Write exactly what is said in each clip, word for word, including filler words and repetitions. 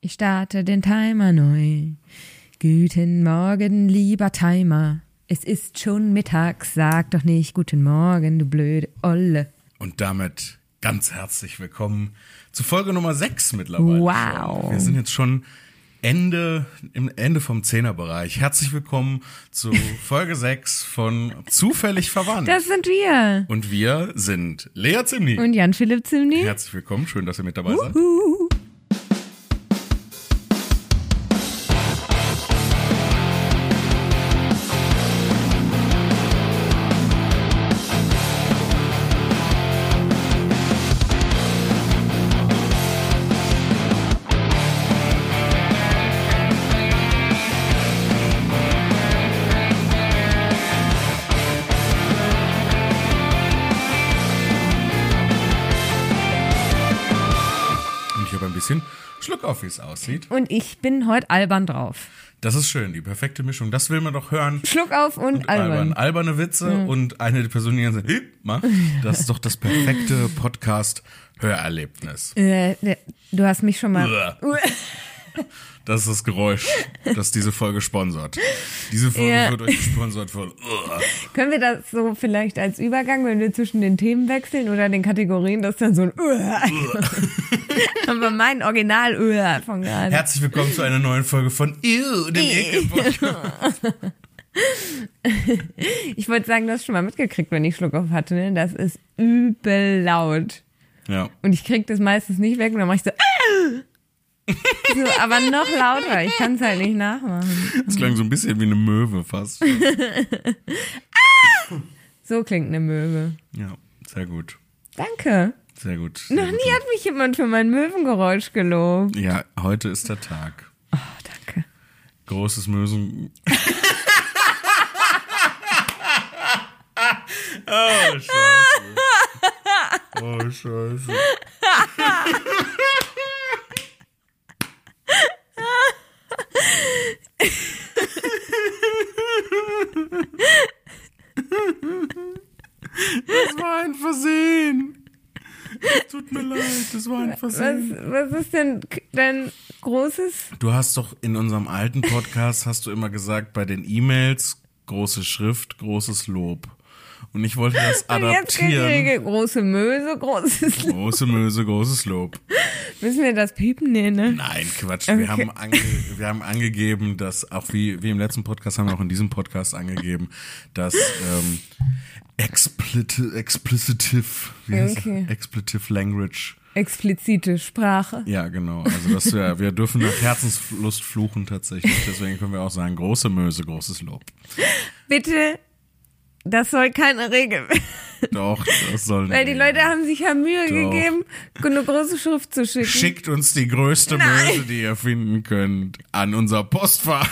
Ich starte den Timer neu. Guten Morgen, lieber Timer. Es ist schon mittags, sag doch nicht guten Morgen, du blöde Olle. Und damit ganz herzlich willkommen zu Folge Nummer sechs mittlerweile. Wow. Schon. Wir sind jetzt schon Ende, im Ende vom Zehnerbereich. Herzlich willkommen zu Folge sechs von Zufällig Verwandt. Das sind wir. Und wir sind Lea Zimny. Und Jan-Philipp Zimny. Herzlich willkommen, schön, dass ihr mit dabei seid. Uhu. Schluck auf, wie es aussieht. Und ich bin heute albern drauf. Das ist schön, die perfekte Mischung. Das will man doch hören. Schluck auf und, und albern. albern. Alberne Witze mhm. und eine Person, die ganz hip macht. Das ist doch das perfekte Podcast-Hörerlebnis. Äh, du hast mich schon mal... Das ist das Geräusch, das diese Folge sponsert. Diese Folge ja. wird euch gesponsert von... Uh. Können wir das so vielleicht als Übergang, wenn wir zwischen den Themen wechseln oder den Kategorien, das ist dann so ein... Uh. Aber mein Original uh von gerade. Herzlich willkommen zu einer neuen Folge von Ew, dem Ekel-Podcast. Ich wollte sagen, du hast schon mal mitgekriegt, wenn ich Schluck auf hatte. Ne? Das ist übel laut. Ja. Und ich krieg das meistens nicht weg und dann mach ich so... Uh. So, aber noch lauter, ich kann es halt nicht nachmachen. Das klang so ein bisschen wie eine Möwe fast. So klingt eine Möwe. Ja, sehr gut. Danke. Sehr gut. Sehr noch gut. nie hat mich jemand für mein Möwengeräusch gelobt. Ja, heute ist der Tag. Oh, danke. Großes Mösen... Oh, Scheiße. Oh, Scheiße. Das war ein Versehen. Es tut mir leid, das war ein Versehen. Was, was ist denn dein großes? Du hast doch in unserem alten Podcast, hast du immer gesagt, bei den E-Mails große Schrift, großes Lob. Und ich wollte das adaptieren. Jetzt große Möse, großes Lob. Große Möse, großes Lob. Müssen wir das piepen? Nee, ne? Nein, Quatsch. Okay. Wir haben, ange, wir haben angegeben, dass, auch wie, wie im letzten Podcast, haben wir auch in diesem Podcast angegeben, dass ähm, explicit, explicitive, wie heißt okay. Expletive Language. Explizite Sprache. Ja, genau. Also dass wir, wir dürfen nach Herzenslust fluchen tatsächlich. Deswegen können wir auch sagen, große Möse, großes Lob. Bitte... Das soll keine Regel werden. Doch, das soll Weil die Regel. Leute haben sich ja Mühe Doch. gegeben, eine große Schrift zu schicken. Schickt uns die größte Nein. Möse, die ihr finden könnt, an unser Postfach.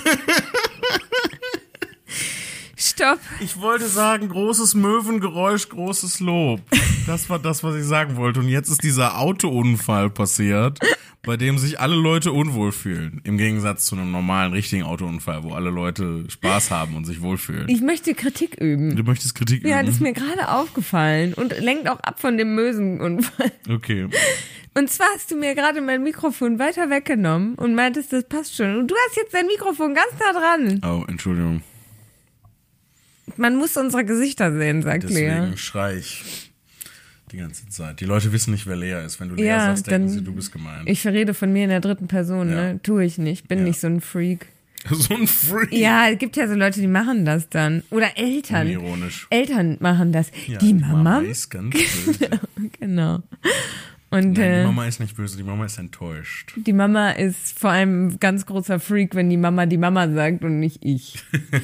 Stopp. Ich wollte sagen, großes Möwengeräusch, großes Lob. Das war das, was ich sagen wollte. Und jetzt ist dieser Autounfall passiert, bei dem sich alle Leute unwohl fühlen. Im Gegensatz zu einem normalen, richtigen Autounfall, wo alle Leute Spaß haben und sich wohlfühlen. Ich möchte Kritik üben. Du möchtest Kritik üben? Ja, das ist mir gerade aufgefallen und lenkt auch ab von dem Mösenunfall. Okay. Und zwar hast du mir gerade mein Mikrofon weiter weggenommen und meintest, das passt schon. Und du hast jetzt dein Mikrofon ganz nah dran. Oh, Entschuldigung. Man muss unsere Gesichter sehen, sagt Deswegen Lea. Deswegen schrei ich die ganze Zeit. Die Leute wissen nicht, wer Lea ist. Wenn du Lea ja, sagst, denken dann, sie, du bist gemein. Ich rede von mir in der dritten Person, ja. ne? Tue ich nicht. Bin ja. nicht so ein Freak. So ein Freak? Ja, es gibt ja so Leute, die machen das dann. Oder Eltern. Ironisch. Eltern machen das. Ja, die, die Mama? Mama ist ganz böse. Genau. Und, Nein, äh, die Mama ist nicht böse, die Mama ist enttäuscht. Die Mama ist vor allem ein ganz großer Freak, wenn die Mama die Mama sagt und nicht ich.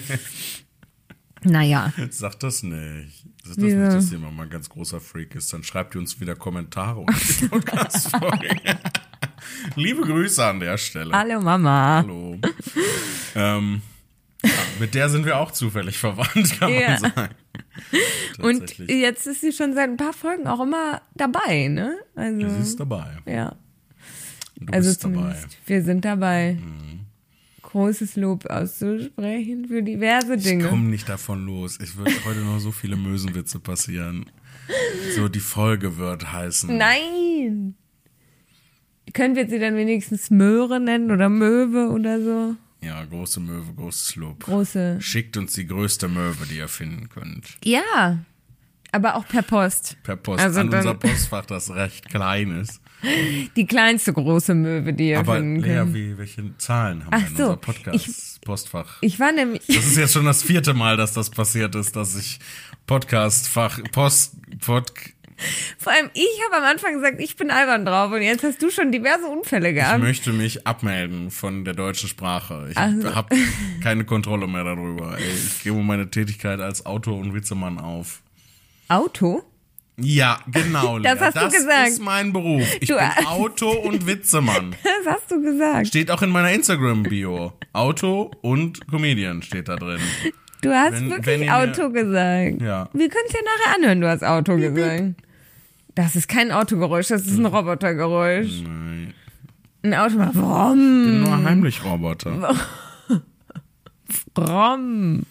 Naja. Sag das nicht. Sag das Wieso? nicht, dass die Mama ein ganz großer Freak ist. Dann schreibt ihr uns wieder Kommentare unter die Podcast-Folge. Liebe Grüße an der Stelle. Hallo Mama. Hallo. ähm, ja, mit der sind wir auch zufällig verwandt, kann ja. man sagen. Und jetzt ist sie schon seit ein paar Folgen auch immer dabei, ne? Also, sie ist dabei. Ja. Du also bist dabei. Wir sind dabei. Mhm. Großes Lob auszusprechen für diverse Dinge. Ich komme nicht davon los. Es wird heute noch so viele Mösenwitze passieren. So, die Folge wird heißen. Nein! Können wir sie dann wenigstens Möhre nennen oder Möwe oder so? Ja, große Möwe, großes Lob. Große. Schickt uns die größte Möwe, die ihr finden könnt. Ja, aber auch per Post. Per Post. Also An dann- unser Postfach, das recht klein ist. Die kleinste große Möwe, die ihr Aber finden Lea, könnt. wie, welche Zahlen haben Ach wir in so, unser Podcast-Postfach? Ich war nämlich... Das ist jetzt schon das vierte Mal, dass das passiert ist, dass ich Podcastfach, Post, Pod, Vor allem, ich habe am Anfang gesagt, ich bin albern drauf und jetzt hast du schon diverse Unfälle ich gehabt. möchte mich abmelden von der deutschen Sprache. Ich Also- habe keine Kontrolle mehr darüber. Ey, ich gebe meine Tätigkeit als Autor und Witzemann auf. Auto? Ja, genau, Lea. Das hast du gesagt. Das ist mein Beruf. Ich Du- bin Autor und Witzemann. Das hast du gesagt. Steht auch in meiner Instagram-Bio. Auto und Comedian steht da drin. Du hast Wenn- wirklich wenn ihr mir- Auto gesagt. Ja. Wir können es ja nachher anhören, du hast Auto gesagt. Das ist kein Autogeräusch, das ist ein Robotergeräusch. Nein, Ein Auto macht ich Vroom, bin nur heimlich Roboter. Vroom.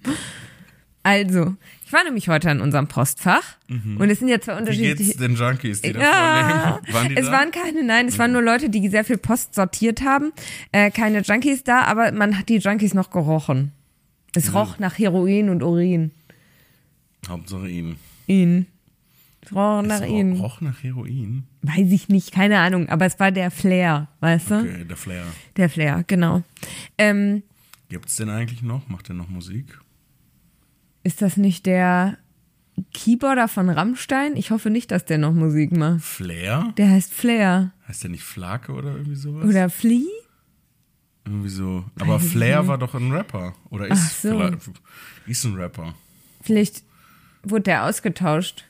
Also, ich war nämlich heute an unserem Postfach und es sind ja zwei Mhm. Wie geht's unterschiedliche... den Junkies, die da Ja, vorlegen? Waren die es da? waren keine, nein, es waren nur Leute, die sehr viel Post sortiert haben. Äh, keine Junkies da, aber man hat die Junkies noch gerochen. Es roch nach Heroin und Urin. Hauptsache ihn. Ihn. Es roch nach Es ihnen. roch nach Heroin. Weiß ich nicht, keine Ahnung, aber es war der Flair, weißt du? Okay, der Flair. Der Flair, genau. Ähm, Gibt's den eigentlich noch? Macht der noch Musik? ist das nicht der Keyboarder von Rammstein? Ich hoffe nicht, dass der noch Musik macht. Flair? Der heißt Flair. Heißt der nicht Flake oder irgendwie sowas? Oder Flea? Irgendwie so. Aber Weiß ich Flair nicht. war doch ein Rapper. Oder Ach ist so. vielleicht, ist ein Rapper. Vielleicht wurde der ausgetauscht.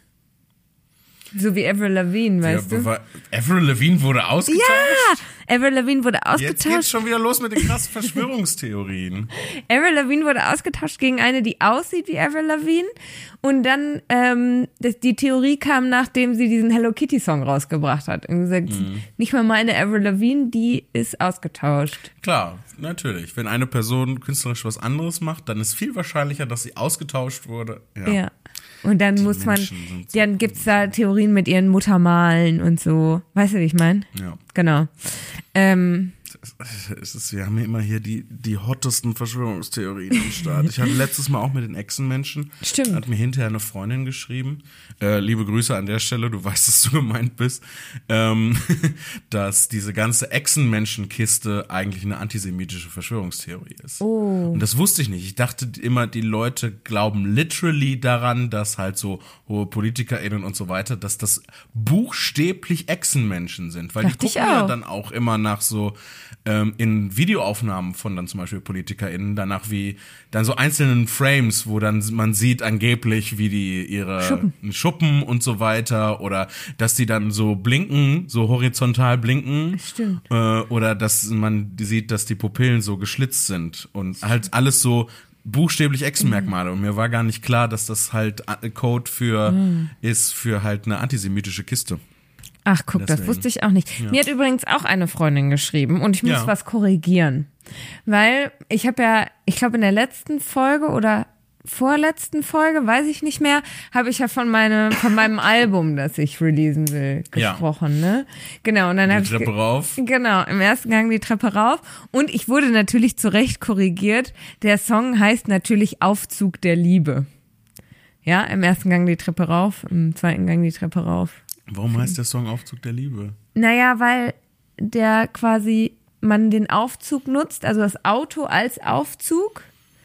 So wie Avril Lavigne, weißt Ja, du? war, Avril Lavigne wurde ausgetauscht? Ja, Avril Lavigne wurde Jetzt geht's ausgetauscht. schon wieder los mit den krassen Verschwörungstheorien. Avril Lavigne wurde ausgetauscht gegen eine, die aussieht wie Avril Lavigne. Und dann, ähm, das, die Theorie kam, nachdem sie diesen Hello Kitty Song rausgebracht hat. Und gesagt, Mhm. nicht mal meine Avril Lavigne, die ist ausgetauscht. Klar, natürlich. Wenn eine Person künstlerisch was anderes macht, dann ist viel wahrscheinlicher, dass sie ausgetauscht wurde. Ja. Ja. Und dann muss man, Menschen sind so dann gibt's da Theorien mit ihren Muttermalen und so. Weißt du, wie ich meine? Ja. Genau. Ähm, Es ist, wir haben ja immer hier die, die hottesten Verschwörungstheorien am Start. Ich hatte letztes Mal auch mit den Echsenmenschen. Stimmt. Hat mir hinterher eine Freundin geschrieben. Äh, liebe Grüße an der Stelle, du weißt, dass du gemeint bist. Ähm, dass diese ganze Echsenmenschenkiste eigentlich eine antisemitische Verschwörungstheorie ist. Oh. Und das wusste ich nicht. Ich dachte immer, die Leute glauben literally daran, dass halt so hohe PolitikerInnen und so weiter, dass das buchstäblich Echsenmenschen sind. Weil Dachte die ich gucken ja auch. dann auch immer nach so ähm, in Videoaufnahmen von dann zum Beispiel PolitikerInnen, danach wie dann so einzelnen Frames, wo dann man sieht angeblich, wie die ihre Schuppen. Schuppen und so weiter oder dass die dann so blinken, so horizontal blinken. Stimmt. Äh, oder dass man sieht, dass die Pupillen so geschlitzt sind und halt alles so buchstäblich Echsenmerkmale. Und mir war gar nicht klar, dass das halt Code für ist für halt eine antisemitische Kiste. Ach, guck, das Deswegen. wusste ich auch nicht. Mir hat übrigens auch eine Freundin geschrieben und ich muss Ja. was korrigieren. Weil ich habe ja, ich glaube in der letzten Folge oder vorletzten Folge, weiß ich nicht mehr, habe ich ja von meinem von meinem Album, das ich releasen will, Ja. gesprochen, ne? Genau, und dann habe Die ich Treppe ge- rauf. Genau, im ersten Gang die Treppe rauf und ich wurde natürlich zu Recht korrigiert. Der Song heißt natürlich Aufzug der Liebe. Ja, im ersten Gang die Treppe rauf, im zweiten Gang die Treppe rauf. Warum heißt der Song Aufzug der Liebe? Naja, weil der quasi man den Aufzug nutzt, also das Auto als Aufzug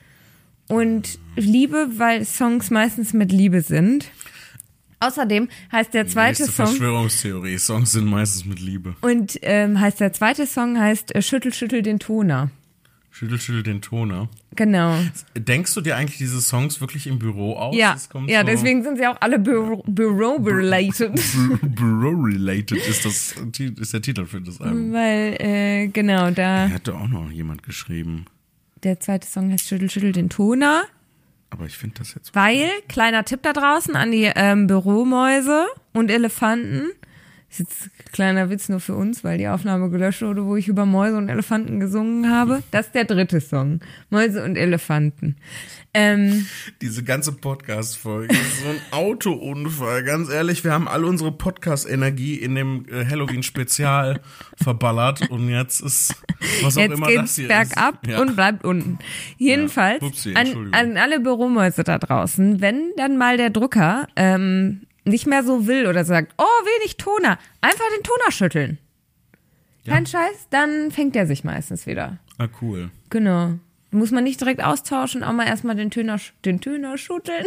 und Liebe, weil Songs meistens mit Liebe sind. Außerdem heißt der zweite Nächste Song Verschwörungstheorie. Songs sind meistens mit Liebe. und ähm, heißt der zweite Song heißt äh, Schüttel, schüttel den Toner. Schüttel, schüttel den Toner. Genau. Denkst du dir eigentlich diese Songs wirklich im Büro aus? Ja, Es kommt ja, so deswegen sind sie auch alle Büro- Büro-related. Bureau-related ist das ist der Titel für das Album. Weil, äh, genau, da Hätte auch noch jemand geschrieben. der zweite Song heißt Schüttel, schüttel den Toner. Aber ich finde das jetzt. Weil, kleiner Tipp da draußen an die ähm, Büromäuse und Elefanten, ist jetzt ein kleiner Witz nur für uns, weil die Aufnahme gelöscht wurde, wo ich über Mäuse und Elefanten gesungen habe. Das ist der dritte Song. Mäuse und Elefanten. Ähm, Diese ganze Podcast-Folge ist so ein Autounfall. Ganz ehrlich, wir haben all unsere Podcast-Energie in dem äh, Halloween-Spezial verballert und jetzt ist, was auch jetzt immer geht's das hier bergab ist. Ja. und bleibt unten. Jedenfalls, Ja. Upsi, an, Entschuldigung. an alle Büromäuse da draußen, wenn dann mal der Drucker ähm, nicht mehr so will oder sagt, oh, wenig Toner, einfach den Toner schütteln. Ja. Kein Scheiß, dann fängt er sich meistens wieder. Ah, cool. Genau. Muss man nicht direkt austauschen, auch mal erstmal den Töner, den Töner schütteln.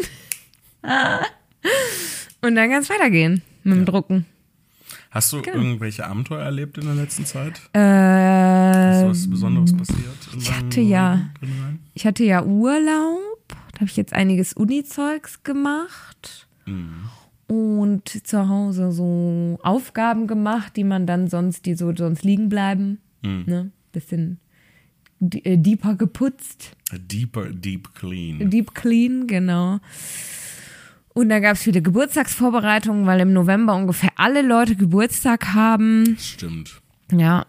Und dann kann es weitergehen mit dem Ja. Drucken. Hast du Genau. irgendwelche Abenteuer erlebt in der letzten Zeit? Ist Äh, was Besonderes passiert? in ich deinem hatte ja- Kriminalen? ich hatte ja Urlaub. Da habe ich jetzt einiges Uni-Zeugs gemacht. Mhm. Und zu Hause so Aufgaben gemacht, die man dann sonst, die so sonst liegen bleiben. Mhm. Ne? Bisschen d- äh, deeper geputzt. A deeper, deep clean. Deep clean, genau. Und da gab es viele Geburtstagsvorbereitungen, weil im November ungefähr alle Leute Geburtstag haben. Stimmt. Ja.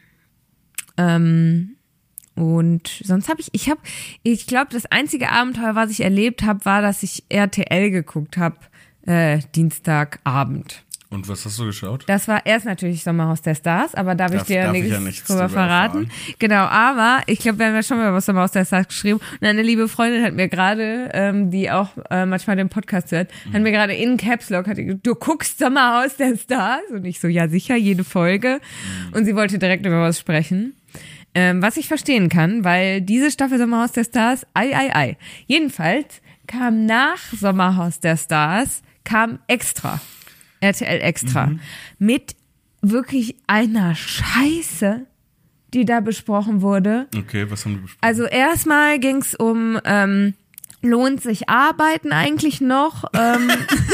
Ähm, und sonst habe ich, ich habe, ich glaube, das einzige Abenteuer, was ich erlebt habe, war, dass ich R T L geguckt habe, äh, Dienstagabend. Und was hast du geschaut? Das war erst natürlich Sommerhaus der Stars, aber da habe ich Darf- dir darf ich nichts, ja nichts drüber drüber verraten. erfahren. Genau, aber ich glaube, wir haben ja schon mal was Sommerhaus der Stars geschrieben. Und eine liebe Freundin hat mir gerade, ähm, die auch äh, manchmal den Podcast hört, Mhm. hat mir gerade in Caps Lock, hat die gesagt, du guckst Sommerhaus der Stars? Und ich so, ja sicher, jede Folge. Mhm. Und sie wollte direkt über was sprechen. Ähm, was ich verstehen kann, weil diese Staffel Sommerhaus der Stars, ei, ei, ei. Jedenfalls kam nach Sommerhaus der Stars, kam Extra. R T L Extra. Mhm. Mit wirklich einer Scheiße, die da besprochen wurde. Okay, was haben die besprochen? Also erstmal ging's um, ähm, lohnt sich Arbeiten eigentlich noch? Ähm,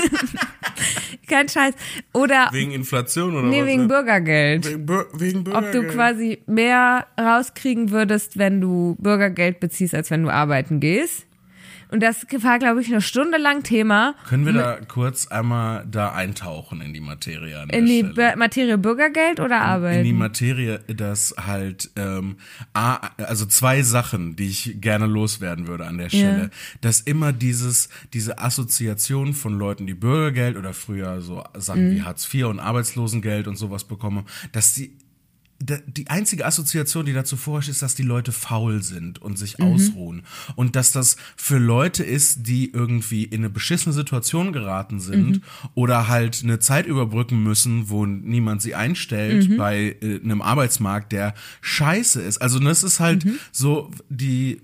kein Scheiß. Oder, Wegen Inflation oder nee, was? wegen Bürgergeld. Wegen, Bür wegen Ob Bürgergeld. du quasi mehr rauskriegen würdest, wenn du Bürgergeld beziehst, als wenn du arbeiten gehst. Und das war, glaube ich, eine Stunde lang Thema. Können wir da kurz einmal da eintauchen in die Materie an der In die Stelle? Be- Materie Bürgergeld oder Arbeit? In die Materie, dass halt, ähm, A, also zwei Sachen, die ich gerne loswerden würde an der Stelle, Ja. dass immer dieses, diese Assoziation von Leuten, die Bürgergeld oder früher so Sachen Mhm. wie Hartz vier und Arbeitslosengeld und sowas bekommen, dass die die einzige Assoziation, die dazu vorherrscht, ist, dass die Leute faul sind und sich Mhm. ausruhen. Und dass das für Leute ist, die irgendwie in eine beschissene Situation geraten sind Mhm. oder halt eine Zeit überbrücken müssen, wo niemand sie einstellt Mhm. bei äh, einem Arbeitsmarkt, der scheiße ist. Also das ist halt Mhm. so die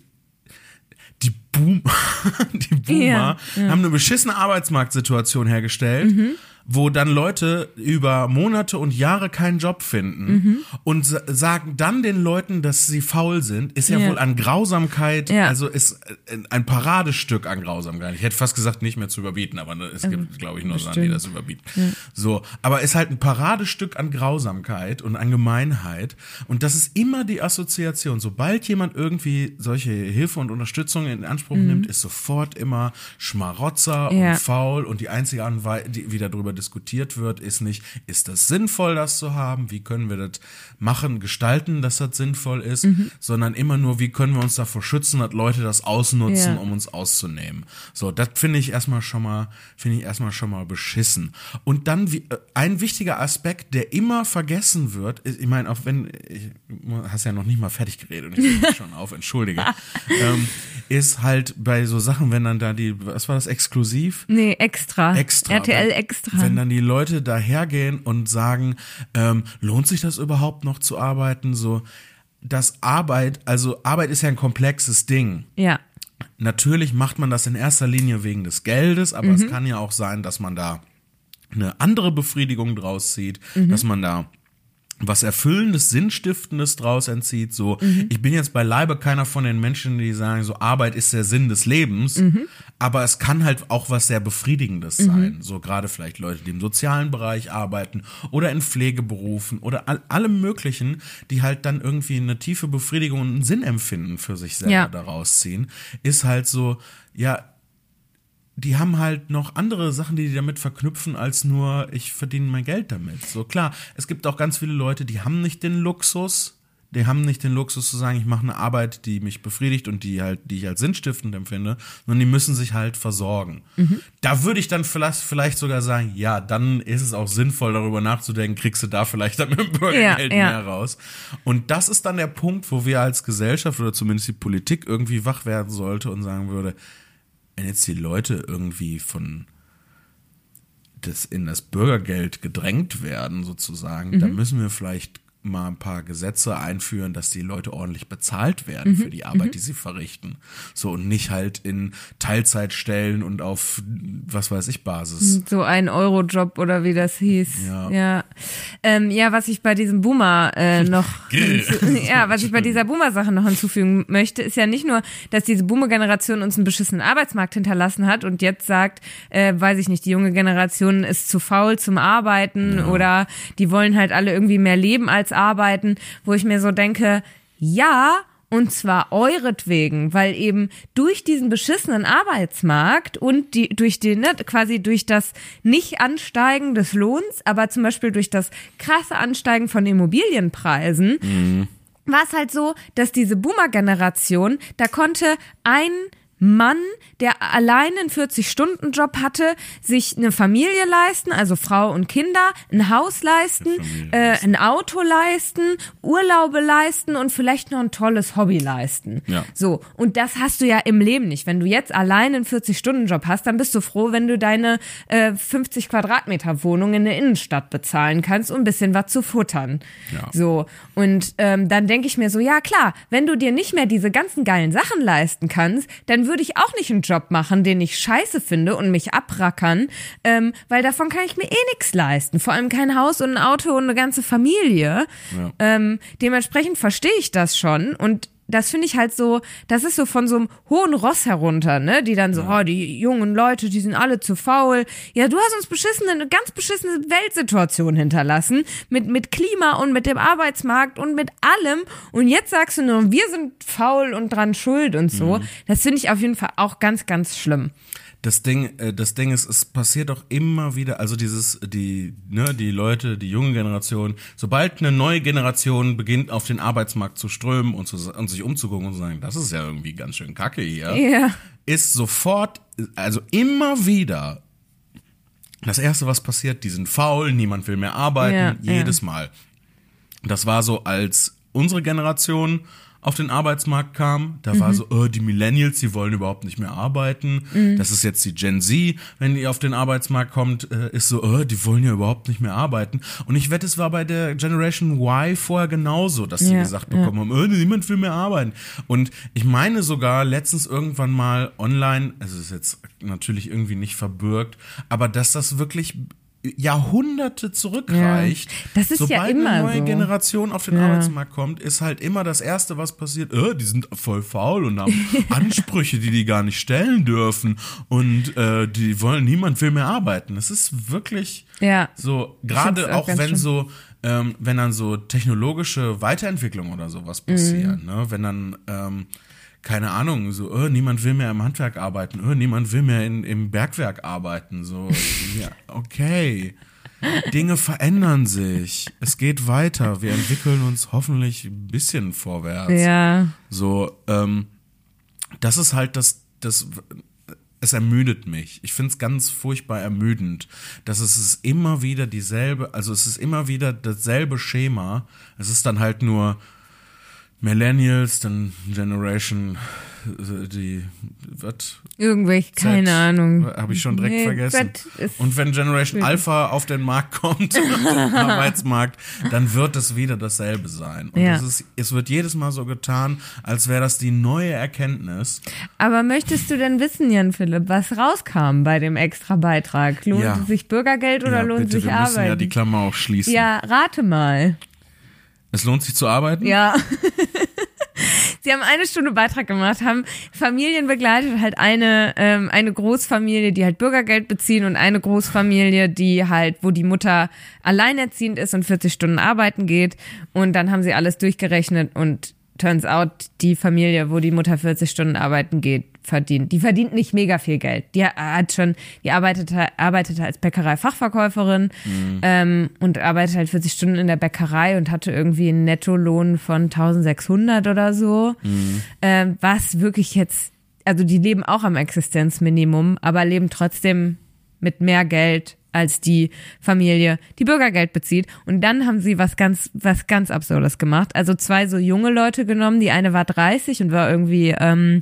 die Boom, die Boomer Ja, ja. haben eine beschissene Arbeitsmarktsituation hergestellt, Mhm. wo dann Leute über Monate und Jahre keinen Job finden Mhm. und sa- sagen dann den Leuten, dass sie faul sind, ist ja, Ja. wohl an Grausamkeit, Ja. also ist äh, ein Paradestück an Grausamkeit. Ich hätte fast gesagt, nicht mehr zu überbieten, aber es gibt, glaube ich, nur Sachen, die bestimmt. das überbieten. So, aber ist halt ein Paradestück an Grausamkeit und an Gemeinheit und das ist immer die Assoziation. Sobald jemand irgendwie solche Hilfe und Unterstützung in Anspruch nimmt, ist sofort immer Schmarotzer Ja. und faul und die einzige Art und Weise, die wieder darüber diskutiert wird, ist nicht, ist das sinnvoll, das zu haben? Wie können wir das machen, gestalten, dass das sinnvoll ist? Sondern immer nur, wie können wir uns davor schützen, dass Leute das ausnutzen, Ja. um uns auszunehmen? So, das finde ich erstmal schon mal, finde ich erstmal schon mal beschissen. Und dann wie, äh, ein wichtiger Aspekt, der immer vergessen wird, ist, ich meine, auch wenn, ich hast ja noch nicht mal fertig geredet und ich bin schon auf, entschuldige, ähm, ist halt bei so Sachen, wenn dann da die, was war das, exklusiv? Nee, extra. Extra. R T L wenn, extra. Wenn dann die Leute dahergehen und sagen, ähm, lohnt sich das überhaupt noch zu arbeiten? So, dass Arbeit, also Arbeit ist ja ein komplexes Ding. Ja. Natürlich macht man das in erster Linie wegen des Geldes, aber es kann ja auch sein, dass man da eine andere Befriedigung draus zieht, dass man da was Erfüllendes, Sinnstiftendes draus entzieht. So, ich bin jetzt beileibe keiner von den Menschen, die sagen, so Arbeit ist der Sinn des Lebens, aber es kann halt auch was sehr Befriedigendes sein. So gerade vielleicht Leute, die im sozialen Bereich arbeiten oder in Pflegeberufen oder all, allem möglichen, die halt dann irgendwie eine tiefe Befriedigung und einen Sinn empfinden für sich selber Ja. daraus ziehen, ist halt so, ja, die haben halt noch andere Sachen, die die damit verknüpfen, als nur, ich verdiene mein Geld damit. So klar, es gibt auch ganz viele Leute, die haben nicht den Luxus, die haben nicht den Luxus zu sagen, ich mache eine Arbeit, die mich befriedigt und die halt, die ich als sinnstiftend empfinde, sondern die müssen sich halt versorgen. Mhm. Da würde ich dann vielleicht, vielleicht sogar sagen, ja, dann ist es auch sinnvoll, darüber nachzudenken, kriegst du da vielleicht dann mit dem Bürgergeld ja, ja. mehr raus. Und das ist dann der Punkt, wo wir als Gesellschaft oder zumindest die Politik irgendwie wach werden sollte und sagen würde, wenn jetzt die Leute irgendwie von das in das Bürgergeld gedrängt werden sozusagen, mhm. dann müssen wir vielleicht mal ein paar Gesetze einführen, dass die Leute ordentlich bezahlt werden mhm. für die Arbeit, mhm. die sie verrichten. So, und nicht halt in Teilzeitstellen und auf, was weiß ich, Basis. So ein Euro-Job oder wie das hieß. Ja, ja, ähm, ja was ich bei diesem Boomer äh, noch ja, was ich bei dieser Boomer-Sache noch hinzufügen möchte, ist ja nicht nur, dass diese Boomer-Generation uns einen beschissenen Arbeitsmarkt hinterlassen hat und jetzt sagt, äh, weiß ich nicht, die junge Generation ist zu faul zum Arbeiten ja. oder die wollen halt alle irgendwie mehr leben als arbeiten, wo ich mir so denke, ja, und zwar euretwegen, weil eben durch diesen beschissenen Arbeitsmarkt und die durch den, ne, quasi durch das Nicht-Ansteigen des Lohns, aber zum Beispiel durch das krasse Ansteigen von Immobilienpreisen, mhm. war es halt so, dass diese Boomer-Generation, da konnte ein Mann, der allein einen vierzig-Stunden-Job hatte, sich eine Familie leisten, also Frau und Kinder, ein Haus leisten, äh, ein Auto leisten, Urlaube leisten und vielleicht noch ein tolles Hobby leisten. Ja. So, und das hast du ja im Leben nicht. Wenn du jetzt allein einen vierzig-Stunden-Job hast, dann bist du froh, wenn du deine äh, fünfzig Quadratmeter Wohnung in der Innenstadt bezahlen kannst, um ein bisschen was zu futtern. Ja. So, und ähm, dann denke ich mir so, ja klar, wenn du dir nicht mehr diese ganzen geilen Sachen leisten kannst, dann würde ich auch nicht einen Job machen, den ich scheiße finde und mich abrackern, ähm, weil davon kann ich mir eh nichts leisten. Vor allem kein Haus und ein Auto und eine ganze Familie. Ja. Ähm, dementsprechend verstehe ich das schon und das finde ich halt so, das ist so von so einem hohen Ross herunter, ne, die dann so, ja. oh, die jungen Leute, die sind alle zu faul. Ja, du hast uns beschissene, eine ganz beschissene Weltsituation hinterlassen, mit, mit Klima und mit dem Arbeitsmarkt und mit allem. Und jetzt sagst du nur, wir sind faul und dran schuld und so. Mhm. Das finde ich auf jeden Fall auch ganz, ganz schlimm. Das Ding, äh, das Ding ist, es passiert doch immer wieder, also dieses, die, ne, die Leute, die junge Generation, sobald eine neue Generation beginnt, auf den Arbeitsmarkt zu strömen und, zu, und sich umzugucken und zu sagen, das ist ja irgendwie ganz schön kacke hier, yeah. ist sofort, also immer wieder das Erste, was passiert, die sind faul, niemand will mehr arbeiten, yeah, jedes yeah. Mal. Das war so, als unsere Generation auf den Arbeitsmarkt kam, da mhm. war so, oh, die Millennials, die wollen überhaupt nicht mehr arbeiten. Mhm. Das ist jetzt die Gen Z, wenn die auf den Arbeitsmarkt kommt, äh, ist so, oh, die wollen ja überhaupt nicht mehr arbeiten. Und ich wette, es war bei der Generation Y vorher genauso, dass sie ja, gesagt bekommen ja. haben, oh, niemand will mehr arbeiten. Und ich meine sogar letztens irgendwann mal online, also ist jetzt natürlich irgendwie nicht verbürgt, aber dass das wirklich Jahrhunderte zurückreicht. Ja, das ist Sobald ja immer eine neue so. Generation auf den ja. Arbeitsmarkt kommt, ist halt immer das Erste, was passiert, äh, die sind voll faul und haben Ansprüche, die die gar nicht stellen dürfen und äh, die wollen, niemand will mehr arbeiten. Es ist wirklich ja. so, gerade auch, auch wenn schön. so ähm, wenn dann so technologische Weiterentwicklung oder sowas passieren, mhm. ne, wenn dann ähm, keine Ahnung, so, oh, niemand will mehr im Handwerk arbeiten, oh, niemand will mehr in, im Bergwerk arbeiten, so, ja, okay. Dinge verändern sich. Es geht weiter. Wir entwickeln uns hoffentlich ein bisschen vorwärts. Ja. So, ähm, das ist halt das, das, es ermüdet mich. Ich find's ganz furchtbar ermüdend, dass es ist immer wieder dieselbe, also es ist immer wieder dasselbe Schema. Es ist dann halt nur Millennials, dann Generation, die, was? Irgendwelche, keine Ahnung. Habe ich schon direkt nee, vergessen. Und wenn Generation Alpha auf den Markt kommt, auf den Arbeitsmarkt, dann wird es wieder dasselbe sein. Und ja. es ist, es wird jedes Mal so getan, als wäre das die neue Erkenntnis. Aber möchtest du denn wissen, Jan Philipp, was rauskam bei dem Extra-Beitrag? Lohnt ja. sich Bürgergeld oder ja, lohnt bitte, sich wir Arbeit? müssen ja die Klammer auch schließen. Ja, rate mal. Es lohnt sich zu arbeiten? Ja. Sie haben eine Stunde Beitrag gemacht, haben Familien begleitet, halt eine ähm, eine Großfamilie, die halt Bürgergeld beziehen und eine Großfamilie, die halt, wo die Mutter alleinerziehend ist und vierzig Stunden arbeiten geht. Und dann haben sie alles durchgerechnet und turns out, die Familie, wo die Mutter vierzig Stunden arbeiten geht, verdient. Die verdient nicht mega viel Geld. Die hat schon, die arbeitete, arbeitete als Bäckerei-Fachverkäuferin mhm. ähm, und arbeitet halt vierzig Stunden in der Bäckerei und hatte irgendwie einen Nettolohn von eintausendsechshundert oder so. Mhm. Ähm, was wirklich jetzt, also die leben auch am Existenzminimum, aber leben trotzdem mit mehr Geld als die Familie, die Bürgergeld bezieht. Und dann haben sie was ganz, was ganz Absurdes gemacht. Also zwei so junge Leute genommen. Die eine war dreißig und war irgendwie, ähm,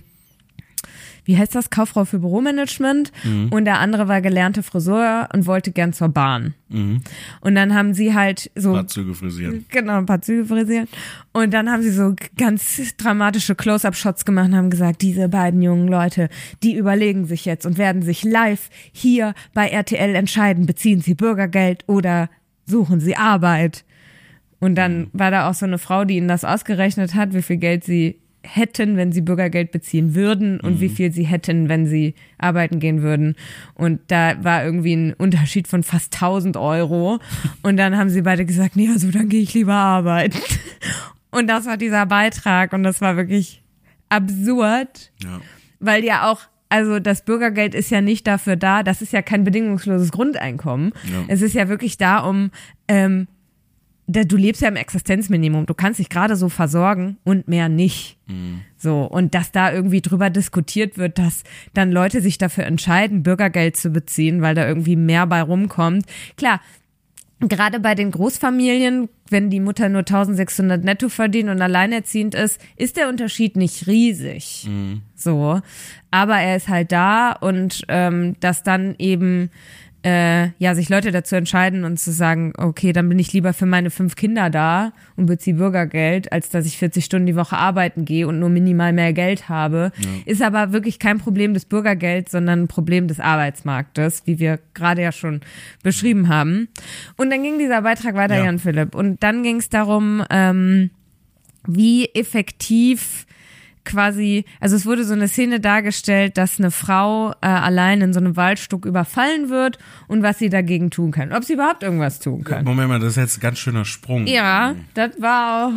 wie heißt das, Kauffrau für Büromanagement. Mhm. Und der andere war gelernte Friseur und wollte gern zur Bahn. Mhm. Und dann haben sie halt so... Ein paar Züge frisieren. Genau, ein paar Züge frisieren. Und dann haben sie so ganz dramatische Close-Up-Shots gemacht und haben gesagt, diese beiden jungen Leute, die überlegen sich jetzt und werden sich live hier bei R T L entscheiden, beziehen sie Bürgergeld oder suchen sie Arbeit. Und dann mhm. war da auch so eine Frau, die ihnen das ausgerechnet hat, wie viel Geld sie hätten, wenn sie Bürgergeld beziehen würden und mhm. wie viel sie hätten, wenn sie arbeiten gehen würden. Und da war irgendwie ein Unterschied von fast tausend Euro. Und dann haben sie beide gesagt, nee, also dann gehe ich lieber arbeiten. Und das war dieser Beitrag und das war wirklich absurd, ja. Weil ja auch, also das Bürgergeld ist ja nicht dafür da, das ist ja kein bedingungsloses Grundeinkommen. Ja. Es ist ja wirklich da, um ähm, du lebst ja im Existenzminimum, du kannst dich gerade so versorgen und mehr nicht. Mhm. So, und dass da irgendwie drüber diskutiert wird, dass dann Leute sich dafür entscheiden, Bürgergeld zu beziehen, weil da irgendwie mehr bei rumkommt. Klar, gerade bei den Großfamilien, wenn die Mutter nur eintausendsechshundert netto verdient und alleinerziehend ist, ist der Unterschied nicht riesig. Mhm. So, aber er ist halt da und ähm, dass dann eben Äh, ja, sich Leute dazu entscheiden und zu sagen, okay, dann bin ich lieber für meine fünf Kinder da und beziehe Bürgergeld, als dass ich vierzig Stunden die Woche arbeiten gehe und nur minimal mehr Geld habe, ja. Ist aber wirklich kein Problem des Bürgergelds, sondern ein Problem des Arbeitsmarktes, wie wir gerade ja schon beschrieben haben. Und dann ging dieser Beitrag weiter, ja. Jan Philipp. Und dann ging es darum, ähm, wie effektiv quasi, also es wurde so eine Szene dargestellt, dass eine Frau äh, allein in so einem Waldstück überfallen wird und was sie dagegen tun kann. Ob sie überhaupt irgendwas tun kann. Moment mal, das ist jetzt ein ganz schöner Sprung. Ja, das war auch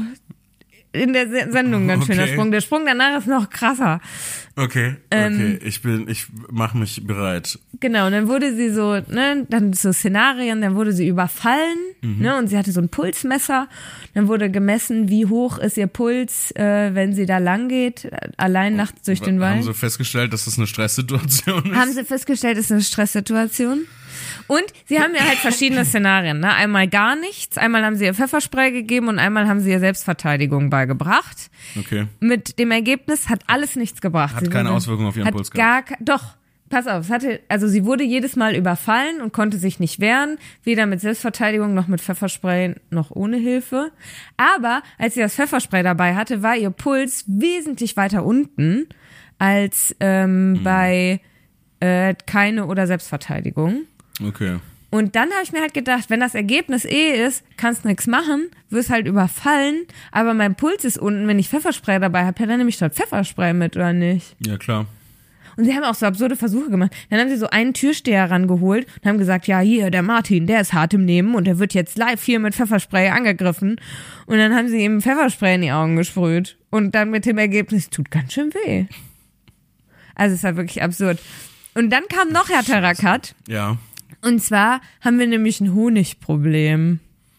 in der Sendung ein ganz okay. schöner Sprung. Der Sprung danach ist noch krasser. Okay, okay, ähm, ich bin, ich mache mich bereit. Genau, und dann wurde sie so, ne, dann so Szenarien, dann wurde sie überfallen, mhm. ne, und sie hatte so ein Pulsmesser. Dann wurde gemessen, wie hoch ist ihr Puls, äh, wenn sie da lang geht, allein nachts durch den Wald. Haben sie festgestellt, dass das eine Stresssituation ist? Haben sie festgestellt, das ist eine Stresssituation? Und sie haben mir halt verschiedene Szenarien, ne? Einmal gar nichts, einmal haben sie ihr Pfefferspray gegeben und einmal haben sie ihr Selbstverteidigung beigebracht. Okay. Mit dem Ergebnis hat alles nichts gebracht. Hat sie keine wurde, Auswirkung auf ihren hat Puls gar, gehabt? Doch, pass auf, es hatte, also sie wurde jedes Mal überfallen und konnte sich nicht wehren, weder mit Selbstverteidigung noch mit Pfefferspray noch ohne Hilfe. Aber als sie das Pfefferspray dabei hatte, war ihr Puls wesentlich weiter unten als ähm, hm. bei äh, keine oder Selbstverteidigung. Okay. Und dann habe ich mir halt gedacht, wenn das Ergebnis eh ist, kannst nichts machen, wirst halt überfallen, aber mein Puls ist unten, wenn ich Pfefferspray dabei habe, ja, dann nehme ich dort Pfefferspray mit, oder nicht? Ja, klar. Und sie haben auch so absurde Versuche gemacht. Dann haben sie so einen Türsteher rangeholt und haben gesagt, ja, hier, der Martin, der ist hart im Nehmen und der wird jetzt live hier mit Pfefferspray angegriffen. Und dann haben sie ihm Pfefferspray in die Augen gesprüht. Und dann mit dem Ergebnis, tut ganz schön weh. Also es war wirklich absurd. Und dann kam noch härterer Cut. Ja. Und zwar haben wir nämlich ein Honigproblem.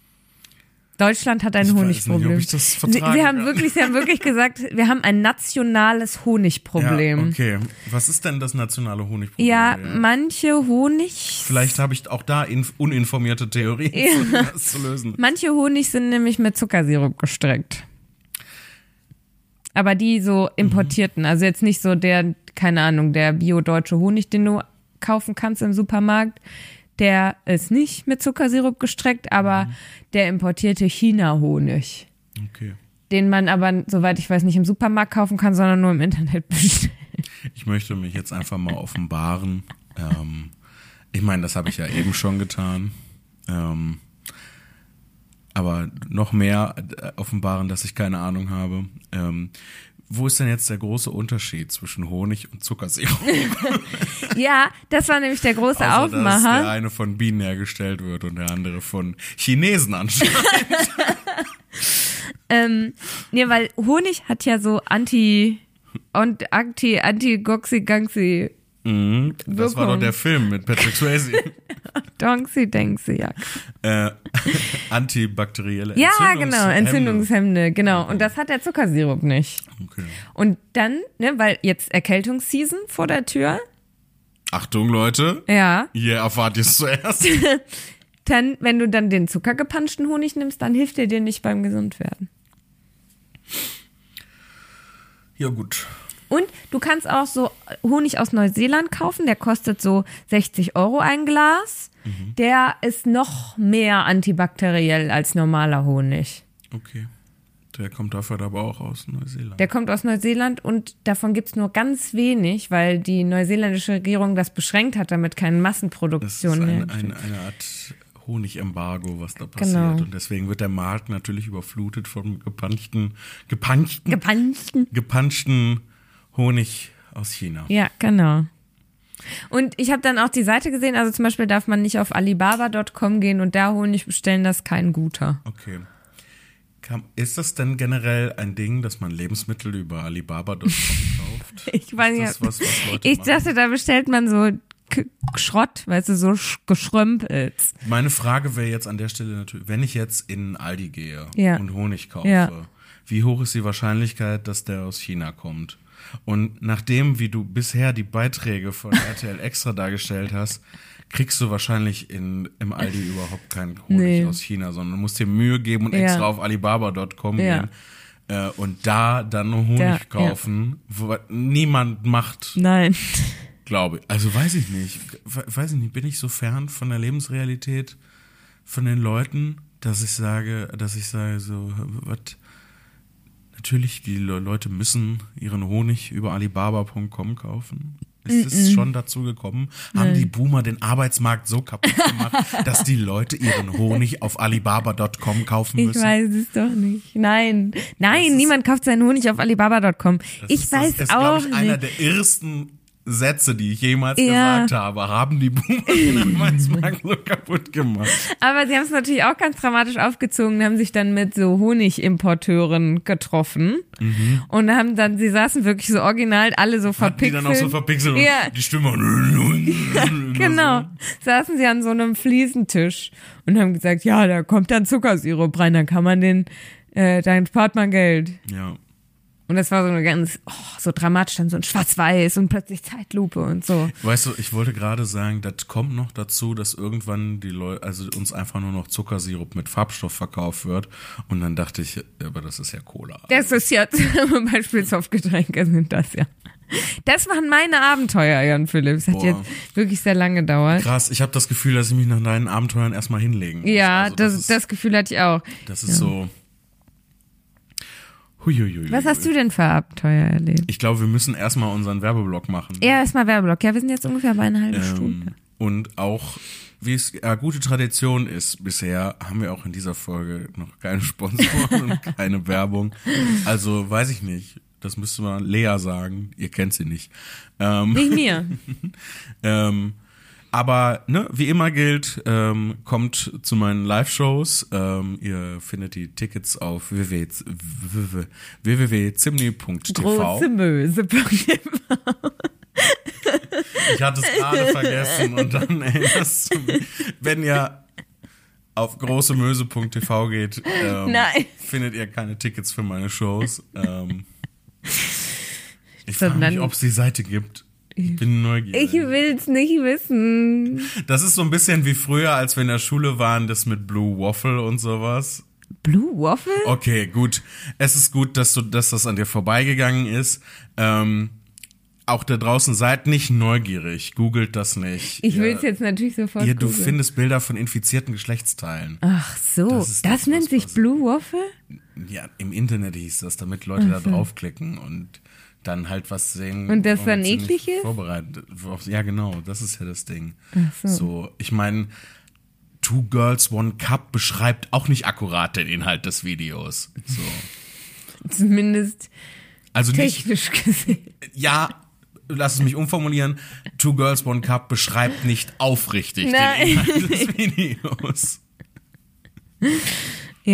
Deutschland hat ein ich Honigproblem. Weiß nicht, ob ich das sie, sie haben wirklich, sie haben wirklich gesagt, wir haben ein nationales Honigproblem. Ja, okay. Was ist denn das nationale Honigproblem? Ja, ja. manche Honig. Vielleicht habe ich auch da inf- uninformierte Theorien, ja. das zu lösen. Manche Honig sind nämlich mit Zuckersirup gestreckt. Aber die so importierten, mhm. also jetzt nicht so der, keine Ahnung, der bio-deutsche Honig, den du kaufen kannst im Supermarkt, der ist nicht mit Zuckersirup gestreckt, aber mhm. der importierte China-Honig. Okay. Den man aber, soweit ich weiß, nicht im Supermarkt kaufen kann, sondern nur im Internet bestellen. Ich möchte mich jetzt einfach mal offenbaren. Ähm, ich meine, das habe ich ja eben schon getan. Ähm, aber noch mehr offenbaren, dass ich keine Ahnung habe. Ähm, Wo ist denn jetzt der große Unterschied zwischen Honig und Zuckersirup? Ja, das war nämlich der große Außer, Aufmacher. Dass der eine von Bienen hergestellt wird und der andere von Chinesen anscheinend. ähm, nee, weil Honig hat ja so Anti, und Anti, Anti-Goxi-Gangsi. Mhm, das war doch der Film mit Patrick Swayze. Donxi, Denxi, ja. äh, antibakterielle Ja, Entzündungshemmende. genau, Entzündungshemmende, genau. Und das hat der Zuckersirup nicht. Okay. Und dann, ne, weil jetzt Erkältungsseason vor der Tür. Achtung, Leute. Ja. Ihr erfahrt es zuerst. Dann, wenn du dann den zuckergepanschten Honig nimmst, dann hilft er dir nicht beim Gesundwerden. Ja, gut. Und du kannst auch so Honig aus Neuseeland kaufen, der kostet so sechzig Euro ein Glas. Mhm. Der ist noch mehr antibakteriell als normaler Honig. Okay. Der kommt dafür aber auch aus Neuseeland. Der kommt aus Neuseeland und davon gibt's nur ganz wenig, weil die neuseeländische Regierung das beschränkt hat, damit keine Massenproduktion das ist mehr ein, ein, eine Art Honigembargo, was da passiert. Genau. Und deswegen wird der Markt natürlich überflutet von gepanschten, gepanschten, Gepanschten. gepanschten Honig aus China. Ja, genau. Und ich habe dann auch die Seite gesehen, also zum Beispiel darf man nicht auf Alibaba Punkt com gehen und da Honig bestellen, das ist kein guter. Okay. Kam, ist das denn generell ein Ding, dass man Lebensmittel über Alibaba Punkt com kauft? Ich weiß nicht. Ist das was, was Leute Ich machen? dachte, da bestellt man so K- Schrott, weißt du, so sch- Geschrömpelt. Meine Frage wäre jetzt an der Stelle natürlich, wenn ich jetzt in Aldi gehe Ja. und Honig kaufe, Ja. wie hoch ist die Wahrscheinlichkeit, dass der aus China kommt? Und nachdem, wie du bisher die Beiträge von R T L Extra dargestellt hast, kriegst du wahrscheinlich in, im Aldi überhaupt keinen Honig Nee. aus China, sondern du musst dir Mühe geben und Ja. extra auf Alibaba Punkt com Ja. gehen äh, und da dann Honig Da, kaufen, wo niemand macht, Nein. glaube ich. Also weiß ich nicht. We- Weiß ich nicht, bin ich so fern von der Lebensrealität von den Leuten, dass ich sage, dass ich sage so, was? Natürlich, die Le- Leute müssen ihren Honig über Alibaba Punkt com kaufen. Ist es schon dazu gekommen? Haben die Boomer den Arbeitsmarkt so kaputt gemacht, dass die Leute ihren Honig auf Alibaba Punkt com kaufen Ich müssen? weiß es doch nicht. Nein. Nein, ist- niemand kauft seinen Honig auf Alibaba Punkt com. Das Ich ist, weiß das ist, auch glaube ich, einer nicht. der ersten Sätze, die ich jemals Ja. gesagt habe. Haben die Boomer den Arbeitsmarkt so kaputt gemacht? Aber sie haben es natürlich auch ganz dramatisch aufgezogen, haben sich dann mit so Honigimporteuren getroffen Mhm. und haben dann, sie saßen wirklich so original, alle so Hatten die verpixelt. dann auch so verpixelt und Ja. die Stimme. Genau. Saßen sie an so einem Fliesentisch und haben gesagt, ja, da kommt dann Zuckersirup rein, dann kann man den, äh, dann spart man Geld. Ja. Und das war so eine ganz, oh, so dramatisch, dann so ein Schwarz-Weiß und plötzlich Zeitlupe und so. Weißt du, ich wollte gerade sagen, das kommt noch dazu, dass irgendwann die Leute, also uns einfach nur noch Zuckersirup mit Farbstoff verkauft wird. Und dann dachte ich, aber das ist ja Cola. Das ist ja zum Beispiel Softgetränke sind das ja. Das waren meine Abenteuer, Jan Philipp. Das hat Boah. jetzt wirklich sehr lange gedauert. Krass, ich habe das Gefühl, dass ich mich nach deinen Abenteuern erstmal hinlegen muss. Ja, Also das, ist, das Gefühl hatte ich auch. das ist so. Huiuiui. Was hast du denn für Abenteuer erlebt? Ich glaube, wir müssen erstmal unseren Werbeblock machen. Ja, erstmal Werbeblock. Ja, wir sind jetzt ungefähr bei einer halben Ähm, Stunde. und auch, wie es ja, gute Tradition ist, bisher haben wir auch in dieser Folge noch keine Sponsoren und keine Werbung. Also weiß ich nicht. Das müsste man Lea sagen. Ihr kennt sie nicht. Ähm, Nicht mir. ähm, aber ne, wie immer gilt, ähm, kommt zu meinen Live-Shows. Ähm, ihr findet die Tickets auf w w w punkt zimni punkt t v. Große Möse. Ich hatte es gerade vergessen und dann erinnerst du mich. Wenn ihr auf großemöse punkt t v geht, ähm, Nein. findet ihr keine Tickets für meine Shows. Ähm, ich So, frage mich, dann- ob es die Seite gibt. Ich bin neugierig. Ich will's nicht wissen. Das ist so ein bisschen wie früher, als wir in der Schule waren, das mit Blue Waffle und sowas. Blue Waffle? Okay, gut. Es ist gut, dass du, dass das an dir vorbeigegangen ist. Ähm, auch da draußen seid nicht neugierig. Googelt das nicht. Ich Ihr- will's jetzt natürlich sofort Ihr, du googeln. findest Bilder von infizierten Geschlechtsteilen. Ach so, Das das, ist das, nennt was sich passiert. Blue Waffle? Ja, im Internet hieß das, damit Leute da draufklicken und dann halt was sehen. Und das dann ziemlich eklig ist? Vorbereitet. Ja, genau, das ist ja das Ding. Ach so. So, ich meine, Two Girls, One Cup beschreibt auch nicht akkurat den Inhalt des Videos. So. Zumindest Also nicht, technisch gesehen. ja, lass es mich umformulieren. Two Girls, One Cup beschreibt nicht aufrichtig Nein. den Inhalt des Videos. Ja.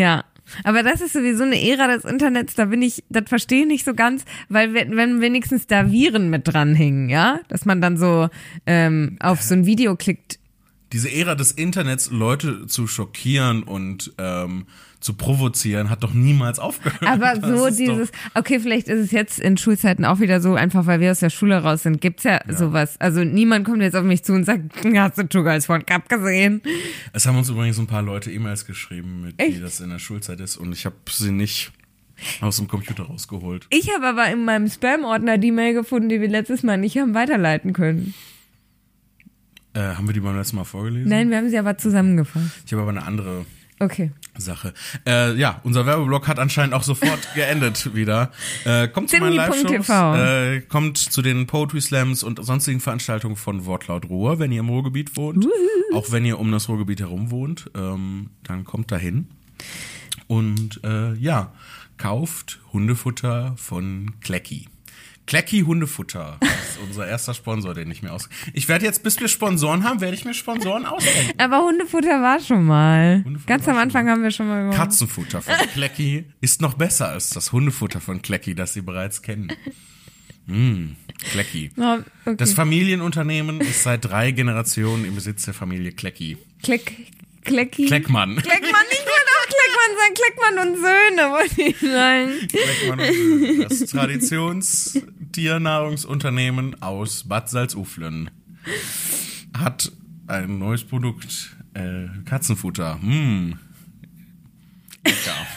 Aber das ist sowieso eine Ära des Internets, da bin ich, das verstehe ich nicht so ganz, weil wenn, wenn wenigstens da Viren mit dranhängen, ja, dass man dann so ähm, auf so ein Video klickt. Diese Ära des Internets, Leute zu schockieren und ähm, zu provozieren, hat doch niemals aufgehört. Aber so Das ist dieses, okay, vielleicht ist es jetzt in Schulzeiten auch wieder so, einfach weil wir aus der Schule raus sind, gibt's ja, ja. sowas. Also niemand kommt jetzt auf mich zu und sagt, hast du Two Girls One Cup gesehen? Es haben uns übrigens ein paar Leute E-Mails geschrieben, mit Echt? wie das in der Schulzeit ist, und ich habe sie nicht aus dem Computer rausgeholt. Ich habe aber in meinem Spam-Ordner die Mail gefunden, die wir letztes Mal nicht haben weiterleiten können. Äh, haben wir die beim letzten Mal vorgelesen? Nein, wir haben sie aber zusammengefasst. Ich habe aber eine andere Okay. Sache. Äh, ja, unser Werbeblock hat anscheinend auch sofort geendet wieder. Äh, kommt zu meinen Live-Shows, äh, kommt zu den Poetry Slams und sonstigen Veranstaltungen von Wortlaut Ruhr, wenn ihr im Ruhrgebiet wohnt. Uhuhu. Auch wenn ihr um das Ruhrgebiet herum wohnt, ähm, dann kommt dahin. Und äh, ja, kauft Hundefutter von Klecki. Klecki Hundefutter ist unser erster Sponsor, den ich mir aus... Ich werde jetzt, bis wir Sponsoren haben, werde ich mir Sponsoren ausdenken. Aber Hundefutter war schon mal. Hundefutter Ganz am Anfang mal. haben wir schon mal gemacht. Katzenfutter von Klecki ist noch besser als das Hundefutter von Klecki, das Sie bereits kennen. Mmh, Klecki. Oh, okay. Das Familienunternehmen ist seit drei Generationen im Besitz der Familie Klecki. Kleck, Klecki? Kleckmann. Kleckmann, ich wollte auch Kleckmann sagen. Kleckmann und Söhne, wollte ich sagen. Kleckmann und Söhne. Das Traditionstiernahrungsunternehmen aus Bad Salzuflen hat ein neues Produkt, äh, Katzenfutter. Mmh. Lecker.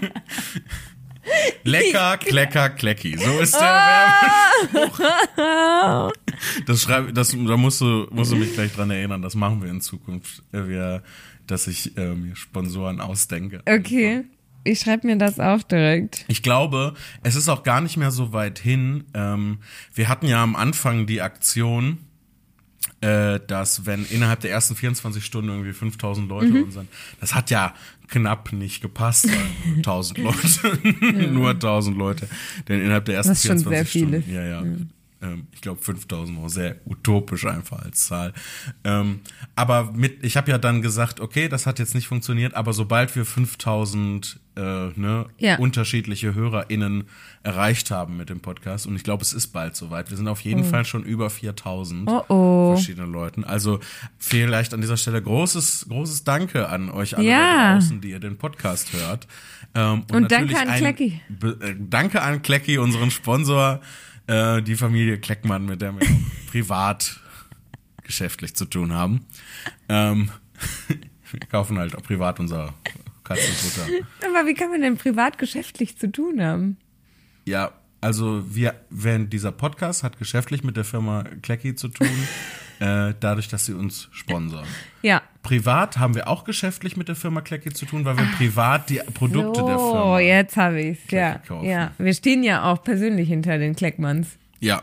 Lecker, Klecker, Klecki. So ist der Werbespruch. Das schreibe, das, da musst du, musst du mich gleich dran erinnern. Das machen wir in Zukunft, wir, dass ich äh, mir Sponsoren ausdenke. Okay, ich schreibe mir das auch direkt. Ich glaube, es ist auch gar nicht mehr so weit hin. Ähm, wir hatten ja am Anfang die Aktion, äh, dass wenn innerhalb der ersten vierundzwanzig Stunden irgendwie fünftausend Leute mhm. unseren, das hat ja knapp nicht gepasst, weil tausend Leute, ja. nur tausend Leute, denn innerhalb der ersten das ist vierundzwanzig schon sehr Stunden, ja, ja, mhm. ähm, ich glaube fünftausend war sehr utopisch einfach als Zahl. Ähm, aber mit, ich habe ja dann gesagt, okay, das hat jetzt nicht funktioniert, aber sobald wir fünftausend äh, ne, ja. unterschiedliche HörerInnen erreicht haben mit dem Podcast, und ich glaube, es ist bald soweit. Wir sind auf jeden oh. Fall schon über viertausend oh oh. verschiedene Leuten. Also vielleicht an dieser Stelle großes, großes Danke an euch alle ja. da draußen, die ihr den Podcast hört. Ähm, und und danke an Klecki. Äh, danke an Klecki, unseren Sponsor, äh, die Familie Kleckmann, mit der wir auch privat geschäftlich zu tun haben. Ähm, wir kaufen halt auch privat unser Katzenfutter. Aber wie kann man denn privat geschäftlich zu tun haben? Ja, also wir, wenn dieser Podcast hat geschäftlich mit der Firma Klecki zu tun, äh, dadurch, dass sie uns sponsern. Ja. Privat haben wir auch geschäftlich mit der Firma Klecki zu tun, weil wir privat die Produkte so, der Firma Oh, jetzt habe ich es. Ja, kaufen. ja. Wir stehen ja auch persönlich hinter den Kleckmanns. Ja.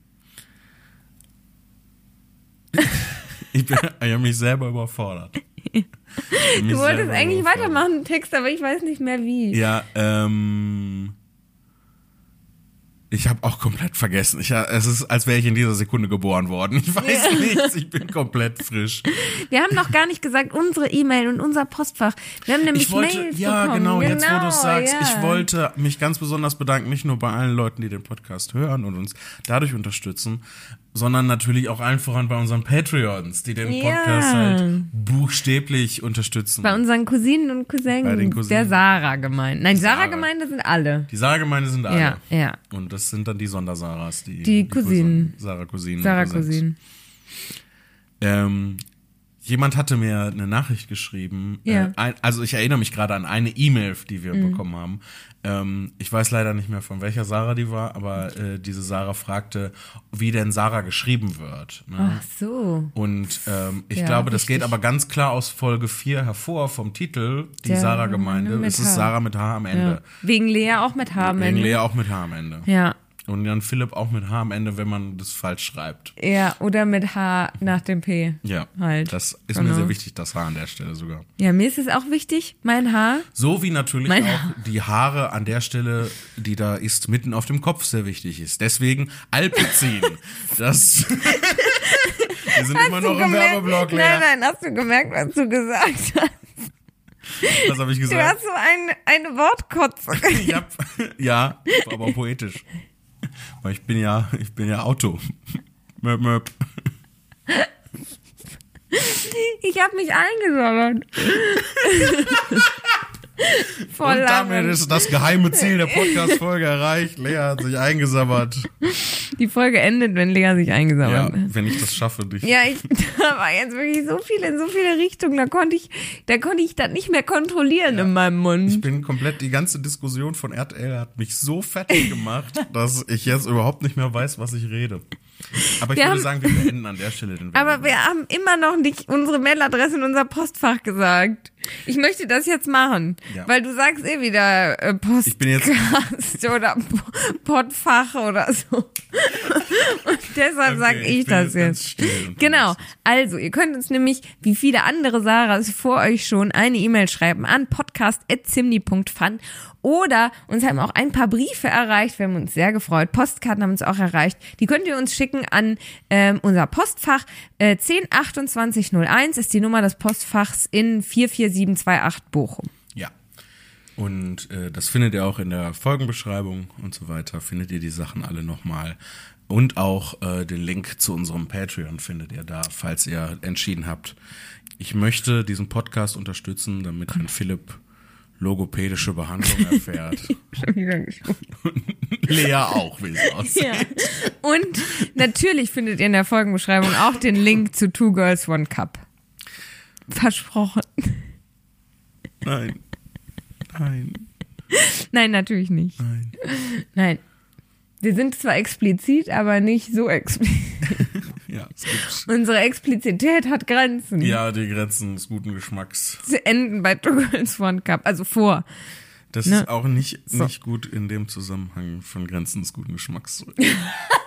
Ich, bin, ich habe mich selber überfordert. Du wolltest eigentlich weitermachen, den Text, aber ich weiß nicht mehr wie. Ja, ähm... Ich habe auch komplett vergessen. Ich, es ist, als wäre ich in dieser Sekunde geboren worden. Ich weiß ja. nichts, ich bin komplett frisch. Wir haben noch gar nicht gesagt, unsere E-Mail und unser Postfach. Wir haben nämlich ich wollte, Mails ja, bekommen. genau, genau, jetzt wo du es sagst. Ja. Ich wollte mich ganz besonders bedanken, nicht nur bei allen Leuten, die den Podcast hören und uns dadurch unterstützen, sondern natürlich auch allen voran bei unseren Patreons, die den Podcast ja. halt buchstäblich unterstützen. Bei unseren Cousinen und Cousins, bei den Cousinen. Der Sarah-Gemeinde. Nein, Sarah-Gemeinde sind alle. Die Sarah-Gemeinde sind alle. Ja, ja. Und das sind dann die Sondersaras, die, die, die Cousinen. Sarah-Cousinen. Sarah-Cousinen. Ähm, jemand hatte mir eine Nachricht geschrieben. Ja. Äh, ein, also ich erinnere mich gerade an eine E-Mail, die wir mhm. bekommen haben. Ähm, ich weiß leider nicht mehr, von welcher Sarah die war, aber äh, diese Sarah fragte, wie denn Sarah geschrieben wird. Ne? Ach so. Und ähm, ich ja, glaube, das richtig. geht aber ganz klar aus Folge vier hervor vom Titel, die Der Sarah-Gemeinde. Es ist H. Sarah mit H am Ende. Ja. Wegen Lea auch mit H am Ende. Wegen Lea auch mit H am Ende. Ja. Und Jan Philipp auch mit H am Ende, wenn man das falsch schreibt. Ja, oder mit H nach dem P. Ja, halt. Das ist genau. mir sehr wichtig, das H an der Stelle sogar. Ja, mir ist es auch wichtig, mein Haar. So wie natürlich mein auch Haar. die Haare an der Stelle, die da ist, mitten auf dem Kopf sehr wichtig ist. Deswegen Alpizin. Das wir sind hast immer noch im gemerkt, Werbeblock, Lea. Nein, nein, hast du gemerkt, was du gesagt hast? Was habe ich Du gesagt? hast so eine, eine Wortkotze. Ich hab, ja, aber poetisch. Weil ich bin ja, ich bin ja Auto. Möp, möp. Ich habe mich eingesammelt. Voll Und damit Lachen. ist das geheime Ziel der Podcast-Folge erreicht. Lea hat sich eingesammert. Die Folge endet, wenn Lea sich Ja, eingesammelt hat. wenn ich das schaffe, dich. Ja, ich, da war jetzt wirklich so viel in so viele Richtungen, da konnte ich, da konnte ich das nicht mehr kontrollieren Ja. in meinem Mund. Ich bin komplett, die ganze Diskussion von R T L hat mich so fertig gemacht, dass ich jetzt überhaupt nicht mehr weiß, was ich rede. Aber ich Wir würde haben- sagen, wir beenden an der Stelle den Aber Werbeblock. wir haben immer noch nicht unsere Mailadresse in unser Postfach gesagt. Ich möchte das jetzt machen, Ja. weil du sagst eh wieder äh, Ich bin jetzt- Podcast oder Po- Podfach oder so. Und deshalb Okay, sage ich ich bin das jetzt ganz jetzt. still und Genau. verlässlich. Also, ihr könnt uns nämlich, wie viele andere Sarahs vor euch schon, eine E-Mail schreiben an podcast at zimni punkt fun oder uns haben auch ein paar Briefe erreicht. Wir haben uns sehr gefreut. Postkarten haben uns auch erreicht. Die könnt ihr uns schicken an ähm, unser Postfach. Äh, zehn achtundzwanzig null eins ist die Nummer des Postfachs in vier vier sieben zwei acht Bochum. Ja. Und äh, das findet ihr auch in der Folgenbeschreibung und so weiter. Findet ihr die Sachen alle nochmal. Und auch äh, den Link zu unserem Patreon findet ihr da, falls ihr entschieden habt. Ich möchte diesen Podcast unterstützen, damit Herrn Philipp logopädische Behandlung erfährt. Lea auch, wie es aussieht. Ja. Und natürlich findet ihr in der Folgenbeschreibung auch den Link zu Two Girls One Cup. Versprochen. Nein. Nein. Nein, natürlich nicht. Nein. Nein. Wir sind zwar explizit, aber nicht so explizit. Ja, es gibt Unsere Explizität hat Grenzen. ja die Grenzen des guten Geschmacks. Zu enden bei Two Girls One Cup, also vor. Das Ne? ist auch nicht, So. nicht gut in dem Zusammenhang von Grenzen des guten Geschmacks zu reden.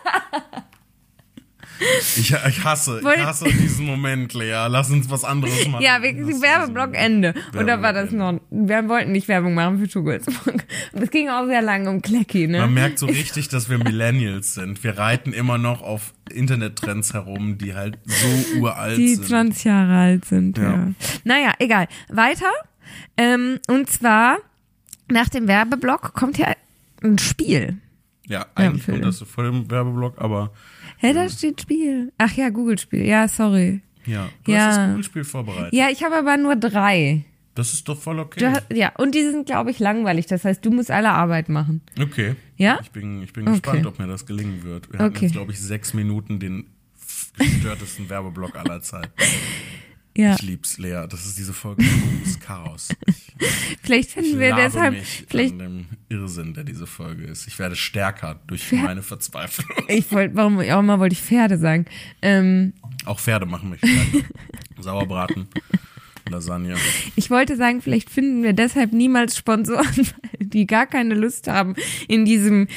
Ich, ich hasse, ich Wollt- hasse diesen Moment, Lea. Lass uns was anderes machen. Ja, wir, Lass Werbeblock uns- Ende. Oder war das Werbeblock noch? Wir wollten nicht Werbung machen für Two Girls One Cup. Und es ging auch sehr lange um Klecki, ne? Man merkt so richtig, dass wir Millennials sind. Wir reiten immer noch auf Internettrends herum, die halt so uralt Die sind. zwanzig Jahre alt sind, ja. Ja. Naja, egal. Weiter. Ähm, und zwar, nach dem Werbeblock kommt ja ein Spiel. Ja, eigentlich Philipp. kommt das vor dem Werbeblock, aber Hä, da steht Spiel. Ach ja, Google-Spiel. Ja, sorry. ja, du Ja. hast das Google-Spiel vorbereitet. Ja, ich habe aber nur drei. Das ist doch voll okay. Du hast, ja, und die sind, glaube ich, langweilig. Das heißt, du musst alle Arbeit machen. Okay. Ja? Ich bin, ich bin Okay. gespannt, ob mir das gelingen wird. Wir hatten Okay. jetzt, glaube ich, sechs Minuten den f- gestörtesten Werbeblock aller Zeiten. Ja, Ich lieb's, Lea. Das ist diese Folge des Chaos. Ich, vielleicht ich finden wir labe deshalb, mich vielleicht, an dem Irrsinn, der diese Folge ist. Ich werde stärker durch meine Verzweiflung. ich wollte, warum auch immer wollte ich Pferde sagen. Ähm, Auch Pferde machen mich stärker. Sauerbraten, Lasagne. Ich wollte sagen, vielleicht finden wir deshalb niemals Sponsoren, weil die gar keine Lust haben, in diesem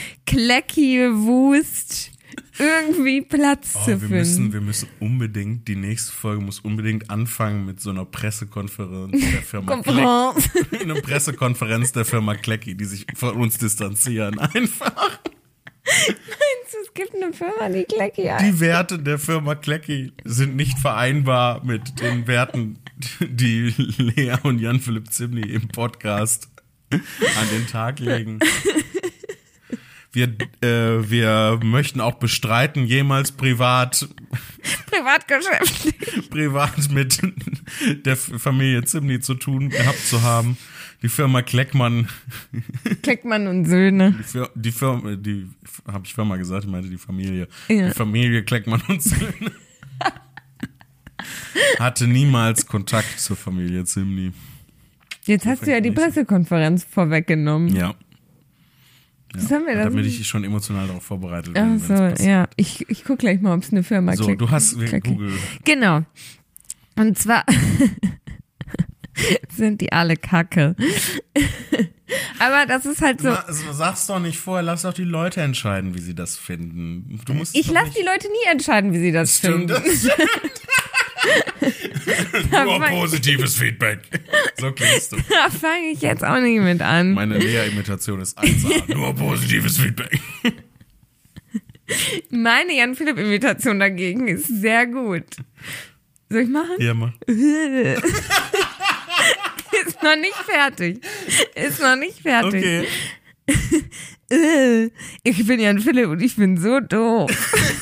Klecki-Wust irgendwie Platz Oh, zu wir finden. müssen, wir müssen unbedingt, die nächste Folge muss unbedingt anfangen mit so einer Pressekonferenz der Firma Klecki. Konferenz. Eine Pressekonferenz der Firma Klecki, die sich von uns distanzieren. Einfach. Es gibt eine Firma, die Klecki heißt. Die Werte der Firma Klecki sind nicht vereinbar mit den Werten, die Lea und Jan-Philipp Zimny im Podcast an den Tag legen. Wir, äh, wir möchten auch bestreiten, jemals privat, Privatgeschäft. privat mit der Familie Zimny zu tun gehabt zu haben. Die Firma Kleckmann, Kleckmann und Söhne. die, Fir die Firma, die, habe ich Firma gesagt, ich meinte die Familie. Ja. Die Familie Kleckmann und Söhne hatte niemals Kontakt zur Familie Zimny. Jetzt hast du ja die Pressekonferenz vorweggenommen. Ja. Das haben wir Ja, das. damit ich schon emotional darauf vorbereitet Ach bin. so, wenn's passiert. ja. Ich, ich guck gleich mal, ob es eine Firma So, Kleck- du hast Klecki- Google. Genau. Und zwar sind die alle kacke. Aber das ist halt so. Na, also sag's doch nicht vorher, lass doch die Leute entscheiden, wie sie das finden. Du musst Ich doch lasse nicht- die Leute nie entscheiden, wie sie das Stimmt, finden. das stimmt. Da Nur fang- positives Feedback. So klingst du. Da fange ich jetzt auch nicht mit an. Meine Lea-Imitation ist eins A. Nur positives Feedback. Meine Jan-Philipp-Imitation dagegen ist sehr gut. Soll ich machen? Ja, mach. Ist Ist noch nicht fertig. Ist noch nicht fertig. Okay. Ich bin Jan Philipp und ich bin so doof.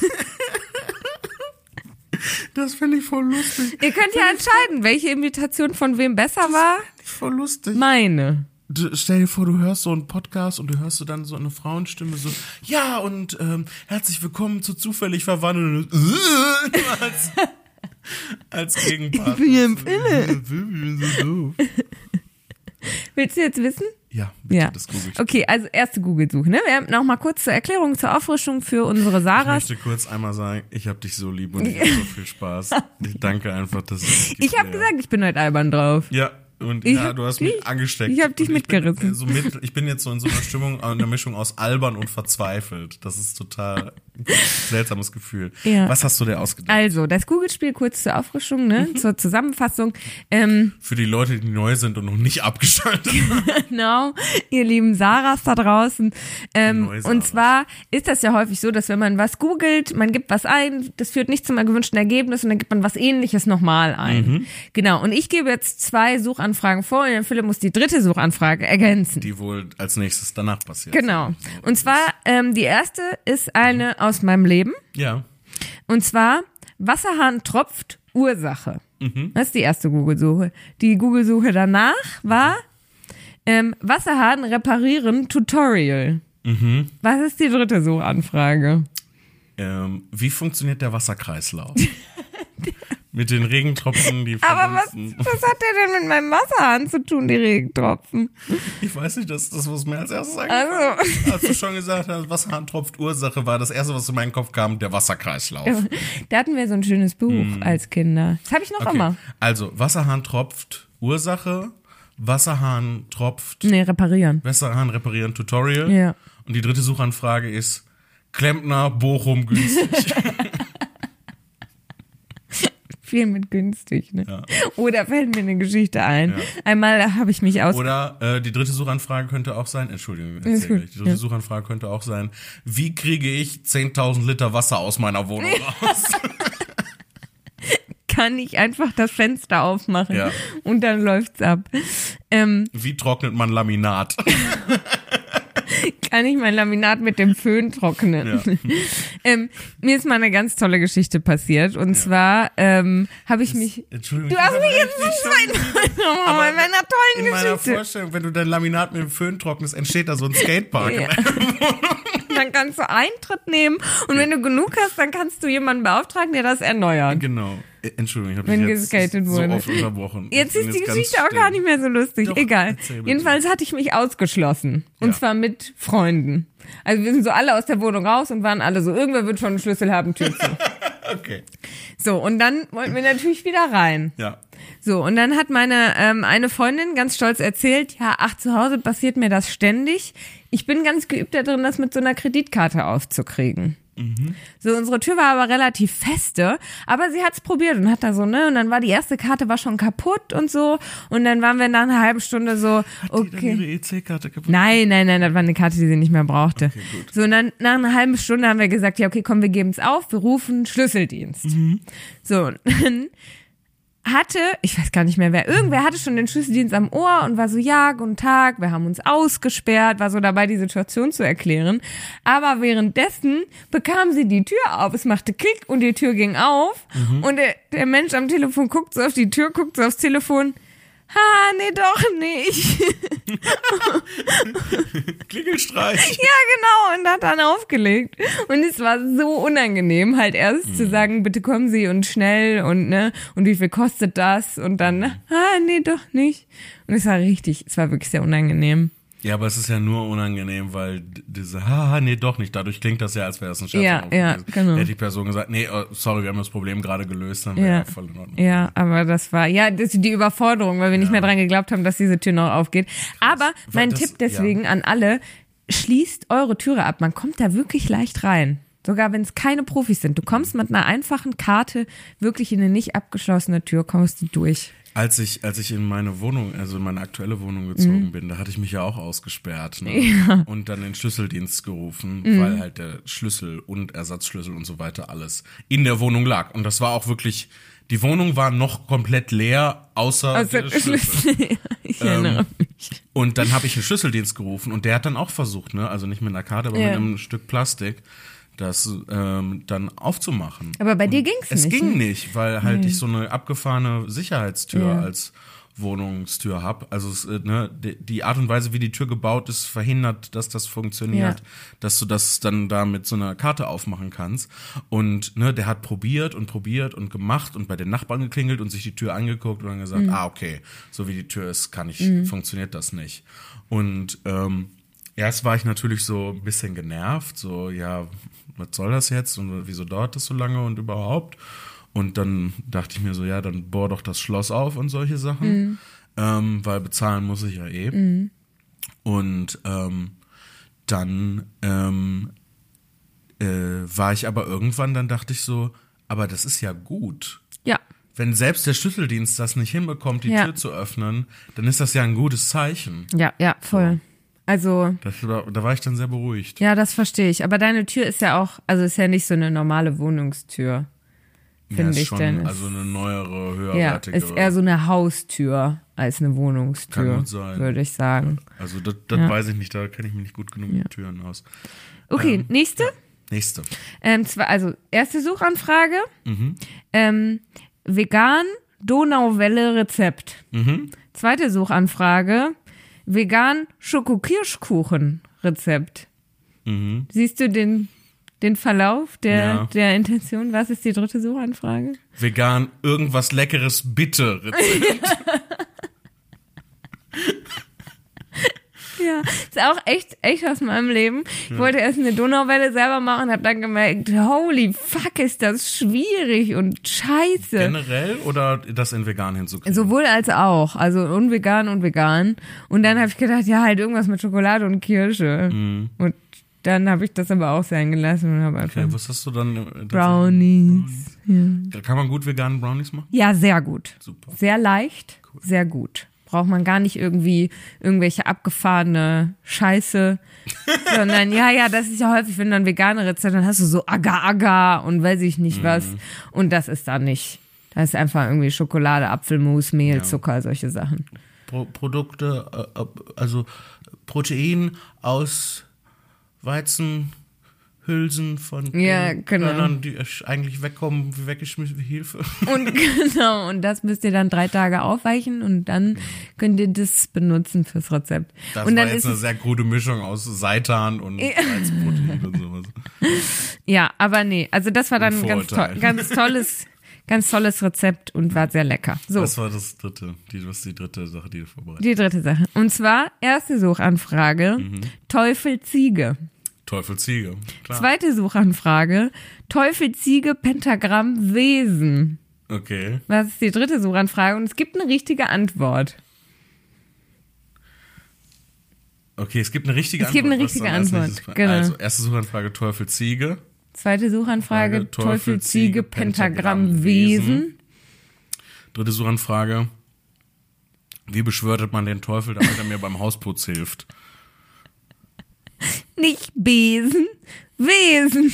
Das finde ich voll lustig. Ihr könnt ja entscheiden, welche Imitation von wem besser war. Voll lustig. Meine. Du, stell dir vor, du hörst so einen Podcast und du hörst so dann so eine Frauenstimme so, ja, und ähm, herzlich willkommen zu Zufällig Verwandeln. als, als Gegenpart. Ich bin Jan Philipp. so doof. Willst du jetzt wissen? Ja, bitte, Ja. das google ich. Okay, also erste Google-Suche. Ne? Wir haben noch mal kurz zur Erklärung, zur Auffrischung für unsere Ich Sarahs. möchte kurz einmal sagen, ich habe dich so lieb und ich habe so viel Spaß. Ich danke einfach, dass ich Ich habe gesagt, ich bin heute albern drauf. Ja, und Ich ja, hab du hast dich- mich angesteckt. ich hab dich Und mitgerissen. Bin, so mit, ich bin jetzt so in so einer Stimmung, in einer Mischung aus albern und verzweifelt. Das ist total ein seltsames Gefühl. Ja. Was hast du dir ausgedacht? Also, das Google-Spiel kurz zur Auffrischung, ne? zur Zusammenfassung. Ähm, Für die Leute, die neu sind und noch nicht abgeschaltet haben. Genau, ihr lieben Sarahs da draußen. Ähm, Neue und Sarahs. zwar ist das ja häufig so, dass wenn man was googelt, man gibt was ein, das führt nicht zum gewünschten Ergebnis und dann gibt man was Ähnliches nochmal ein. Mhm. Genau, und ich gebe jetzt zwei Suchanfragen vor und dann Philipp muss die dritte Suchanfrage ergänzen. Die wohl als nächstes danach passiert. Genau. Und zwar, ähm, die erste ist eine aus meinem Leben. Ja. Und zwar, Wasserhahn tropft, Ursache. Mhm. Das ist die erste Google-Suche. Die Google-Suche danach war ähm, Wasserhahn reparieren, Tutorial. Mhm. Was ist die dritte Suchanfrage? Ähm, wie funktioniert der Wasserkreislauf? Mit den Regentropfen, die Aber was, verdunsten. was hat der denn mit meinem Wasserhahn zu tun, die Regentropfen? Ich weiß nicht, das ist das, was mir als erstes eingefallen ist. Also, Als du schon gesagt hast, Wasserhahn tropft Ursache, war das erste, was in meinen Kopf kam, der Wasserkreislauf. da hatten wir so ein schönes Buch als Kinder. Das habe ich noch Okay. immer. Also, Wasserhahn tropft Ursache, Wasserhahn tropft, Nee, reparieren. Wasserhahn reparieren Tutorial. Ja. Und die dritte Suchanfrage ist Klempner, Bochum, günstig. Viel mit günstig, ne? Ja. Oder fällt mir eine Geschichte ein. Ja. Einmal habe ich mich aus... Oder äh, die dritte Suchanfrage könnte auch sein, Entschuldigung, Ist erzähl gut. gleich. die dritte Ja. Suchanfrage könnte auch sein, wie kriege ich zehntausend Liter Wasser aus meiner Wohnung raus? Kann ich einfach das Fenster aufmachen Ja. und dann läuft's ab. Ähm, Wie trocknet man Laminat? kann ich mein Laminat mit dem Föhn trocknen? Ja. ähm, mir ist mal eine ganz tolle Geschichte passiert und zwar ähm, habe ich mich... Entschuldigung. Du ich hast mich unterbreche jetzt dich so schon wieder. oh, Aber in meiner tollen In meiner Geschichte. Vorstellung, wenn du dein Laminat mit dem Föhn trocknest, entsteht da so ein Skatepark. Ja. Dann kannst du Eintritt nehmen und wenn du genug hast, dann kannst du jemanden beauftragen, der das erneuert. Genau. Äh, Entschuldigung, ich habe Wenn dich jetzt geskatet so wurde. oft unterbrochen. Jetzt Ich bin ist die ganz Geschichte auch still. gar nicht mehr so lustig. Doch, Egal. erzähl bitte. Jedenfalls hatte ich mich ausgeschlossen. Und Ja. zwar mit Freunden. Also wir sind so alle aus der Wohnung raus und waren alle so, irgendwer wird schon einen Schlüssel haben, Tür zu. Okay. So, und dann wollten wir natürlich wieder rein. Ja. So, und dann hat meine ähm, eine Freundin ganz stolz erzählt, ja, ach, zu Hause passiert mir das ständig. Ich bin ganz geübt da drin, das mit so einer Kreditkarte aufzukriegen. Mhm. So, unsere Tür war aber relativ feste, aber sie hat's probiert und hat da so, ne, und dann war die erste Karte war schon kaputt und so, und dann waren wir nach einer halben Stunde so, Die dann okay. ihre E C-Karte kaputt. Nein, nein, nein, das war eine Karte, die sie nicht mehr brauchte. Okay, gut. So, und dann nach einer halben Stunde haben wir gesagt, ja, okay, komm, wir geben's auf, wir rufen Schlüsseldienst. Mhm. So, und dann hatte, ich weiß gar nicht mehr wer, irgendwer hatte schon den Schlüsseldienst am Ohr und war so, ja, guten Tag, wir haben uns ausgesperrt, war so dabei, die Situation zu erklären. Aber währenddessen bekam sie die Tür auf, es machte Klick und die Tür ging auf und der, der Mensch am Telefon guckt so auf die Tür, guckt so aufs Telefon, ha, nee, doch nicht. Klingelstreich. Ja, genau, und hat dann aufgelegt. Und es war so unangenehm, halt erst Mhm. zu sagen, bitte kommen Sie und schnell und ne, und wie viel kostet das? Und dann, ah, nee, doch nicht. Und es war richtig, es war wirklich sehr unangenehm. Ja, aber es ist ja nur unangenehm, weil d- diese, haha, nee, doch nicht. Dadurch klingt das ja, als wäre es ein Scherz. Ja, ja, gewesen. genau. Hätte die Person gesagt, nee, oh, sorry, wir haben das Problem gerade gelöst, dann wäre ja. Ja. voll in Ordnung. Ja, aber das war, ja, das ist die Überforderung, weil wir nicht mehr dran geglaubt haben, dass diese Tür noch aufgeht. Aber mein das- Tipp deswegen an alle, schließt eure Türe ab. Man kommt da wirklich leicht rein. Sogar wenn es keine Profis sind. Du kommst mit einer einfachen Karte wirklich in eine nicht abgeschlossene Tür, kommst du durch. Als ich, als ich in meine Wohnung, also in meine aktuelle Wohnung gezogen Mhm. bin, da hatte ich mich ja auch ausgesperrt, ne? Und dann den Schlüsseldienst gerufen, Mhm. weil halt der Schlüssel und Ersatzschlüssel und so weiter alles in der Wohnung lag. Und das war auch wirklich, die Wohnung war noch komplett leer, außer Also, der Schlüssel. ja, ich erinnere mich. Und dann habe ich einen Schlüsseldienst gerufen und der hat dann auch versucht, ne, also nicht mit einer Karte, aber Ja. mit einem Stück Plastik, das ähm, dann aufzumachen. Aber bei dir Und ging's es nicht, Es ging ne? nicht, weil halt ich so eine abgefahrene Sicherheitstür Ja. als Wohnungstür hab. Also es, äh, ne, die, die Art und Weise, wie die Tür gebaut ist, verhindert, dass das funktioniert, Ja. dass du das dann da mit so einer Karte aufmachen kannst. Und ne, der hat probiert und probiert und gemacht und bei den Nachbarn geklingelt und sich die Tür angeguckt und dann gesagt, Mhm. ah okay, so wie die Tür ist, kann ich, funktioniert das nicht. Und ähm, erst war ich natürlich so ein bisschen genervt, so ja, was soll das jetzt und wieso dauert das so lange und überhaupt? Und dann dachte ich mir so, ja, dann bohr doch das Schloss auf und solche Sachen, Mhm. ähm, weil bezahlen muss ich ja eh. Mhm. Und ähm, dann ähm, äh, war ich aber irgendwann, dann dachte ich so, aber das ist ja gut. Ja. Wenn selbst der Schlüsseldienst das nicht hinbekommt, die Ja. Tür zu öffnen, dann ist das ja ein gutes Zeichen. Ja, ja, voll. Also, Das, war- da war ich dann sehr beruhigt. ja, das verstehe ich. Aber deine Tür ist ja auch, also ist ja nicht so eine normale Wohnungstür, Ja, finde ist ich. schon, Denn also eine neuere, ja, höherwertigere. ist eher so eine Haustür als eine Wohnungstür, Kann gut sein. würde ich sagen. Also das, das Ja. weiß ich nicht, da kenne ich mich nicht gut genug mit Türen aus. Okay, Ähm, nächste. Nächste. Ähm, zwar, also erste Suchanfrage. Mhm. Ähm, vegan Donauwelle Rezept. Mhm. Zweite Suchanfrage. Vegan Schokokirschkuchen Rezept. Mhm. Siehst du den, den Verlauf der, Ja. der Intention? Was ist die dritte Suchanfrage? Vegan, irgendwas Leckeres, bitte. Rezept. Ja, ist auch echt, echt aus meinem Leben. Ich wollte erst eine Donauwelle selber machen und habe dann gemerkt, holy fuck, ist das schwierig und scheiße. Generell oder das in vegan hinzukriegen? Sowohl als auch, also unvegan und vegan. Und dann habe ich gedacht, ja, halt irgendwas mit Schokolade und Kirsche. Mhm. Und dann habe ich das aber auch sein gelassen und habe einfach Okay, was hast du dann? äh, Brownies. Ja. Kann man gut veganen Brownies machen? ja, sehr gut. Super. Sehr leicht, sehr gut. Braucht man gar nicht irgendwie irgendwelche abgefahrene Scheiße, sondern ja, ja, das ist ja häufig, wenn du dann vegane Rezepte, dann hast du so Agar-Agar und weiß ich nicht was. Und das ist da nicht. Da ist einfach irgendwie Schokolade, Apfelmus, Mehl, Ja. Zucker, solche Sachen. Pro Produkte, äh, also Protein aus Weizenhülsen von Ja, den genau. Körnern, die eigentlich wegkommen, wie weggeschmissen wie Hilfe. Und genau, und das müsst ihr dann drei Tage aufweichen und dann könnt ihr das benutzen fürs Rezept. Das und war dann jetzt ist eine es, sehr krude Mischung aus Seitan und Weizenprotein und sowas. ja, aber nee, also das war dann ein ganz, to Vorurteil. ganz tolles, ganz tolles Rezept und war sehr lecker. So. Das war das dritte, die, was ist die dritte Sache, die du vorbereitet Die dritte Sache. Und zwar erste Suchanfrage, Mhm. Teufel Ziege. Teufel Ziege, klar. Zweite Suchanfrage, Teufel Ziege Pentagramm Wesen. Okay. Was ist die dritte Suchanfrage? Und es gibt eine richtige Antwort. Okay, es gibt eine richtige Es Antwort. gibt eine was richtige dann als Antwort, nächstes- genau. Also, erste Suchanfrage Teufel Ziege. Zweite Suchanfrage, Frage, Teufel Ziege Pentagramm Wesen. Dritte Suchanfrage. Wie beschwört man den Teufel, damit er mir beim Hausputz hilft? Nicht Besen, Wesen.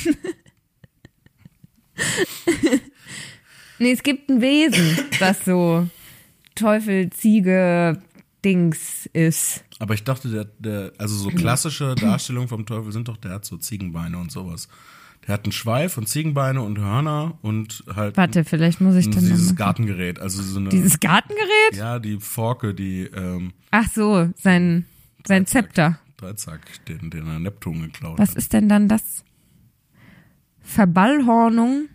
Nee, es gibt ein Wesen, das so Teufel, Ziege, Dings ist. Aber ich dachte, der, der, also so klassische Darstellungen vom Teufel sind doch, der hat so Ziegenbeine und sowas. Der hat einen Schweif und Ziegenbeine und Hörner und halt Warte, vielleicht muss ich dann dieses noch mal- Gartengerät. Also so eine, Dieses Gartengerät? ja, die Forke, die ähm, Ach so, sein, sein Zepter. Dreizack, den, den er Neptun geklaut Was hat. ist denn dann das? Verballhornung